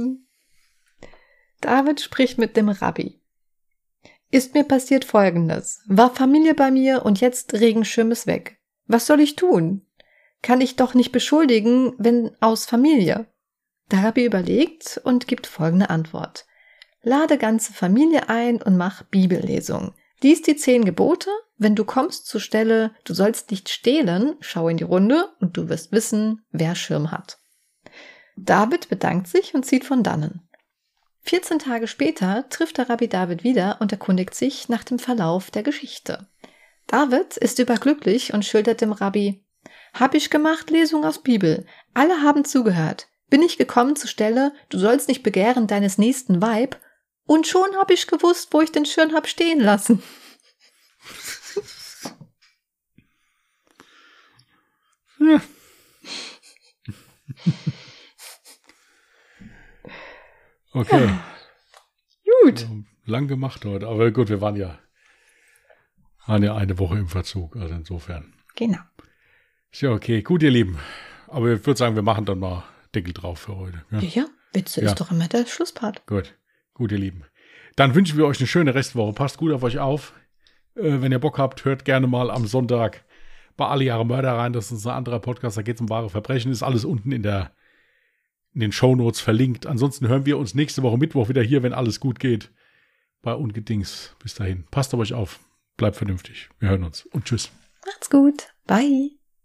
David spricht mit dem Rabbi. Ist mir passiert Folgendes. War Familie bei mir und jetzt Regenschirm ist weg. Was soll ich tun? Kann ich doch nicht beschuldigen, wenn aus Familie. Der Rabbi überlegt und gibt folgende Antwort. Lade ganze Familie ein und mach Bibellesung. Lies die 10 Gebote. Wenn du kommst zur Stelle, du sollst nicht stehlen, schau in die Runde und du wirst wissen, wer Schirm hat. David bedankt sich und zieht von dannen. 14 Tage später trifft der Rabbi David wieder und erkundigt sich nach dem Verlauf der Geschichte. David ist überglücklich und schildert dem Rabbi, hab ich gemacht, Lesung aus Bibel. Alle haben zugehört. Bin ich gekommen zur Stelle, du sollst nicht begehren deines nächsten Weib. Und schon hab ich gewusst, wo ich den Schirm hab stehen lassen. Ja. Okay. Gut. Lang gemacht heute, aber gut, wir waren ja eine Woche im Verzug, also insofern. Genau. Ist ja okay. Gut, ihr Lieben. Aber ich würde sagen, wir machen dann mal Deckel drauf für heute. Ja, Ja, Witze ist doch immer der Schlusspart. Gut, ihr Lieben. Dann wünschen wir euch eine schöne Restwoche. Passt gut auf euch auf. Wenn ihr Bock habt, hört gerne mal am Sonntag bei Alle Jahre Mörder rein. Das ist ein anderer Podcast, da geht es um wahre Verbrechen. Ist alles unten in den Shownotes verlinkt. Ansonsten hören wir uns nächste Woche Mittwoch wieder hier, wenn alles gut geht. Bei Ungedings. Bis dahin. Passt auf euch auf. Bleibt vernünftig. Wir hören uns. Und tschüss. Macht's gut. Bye.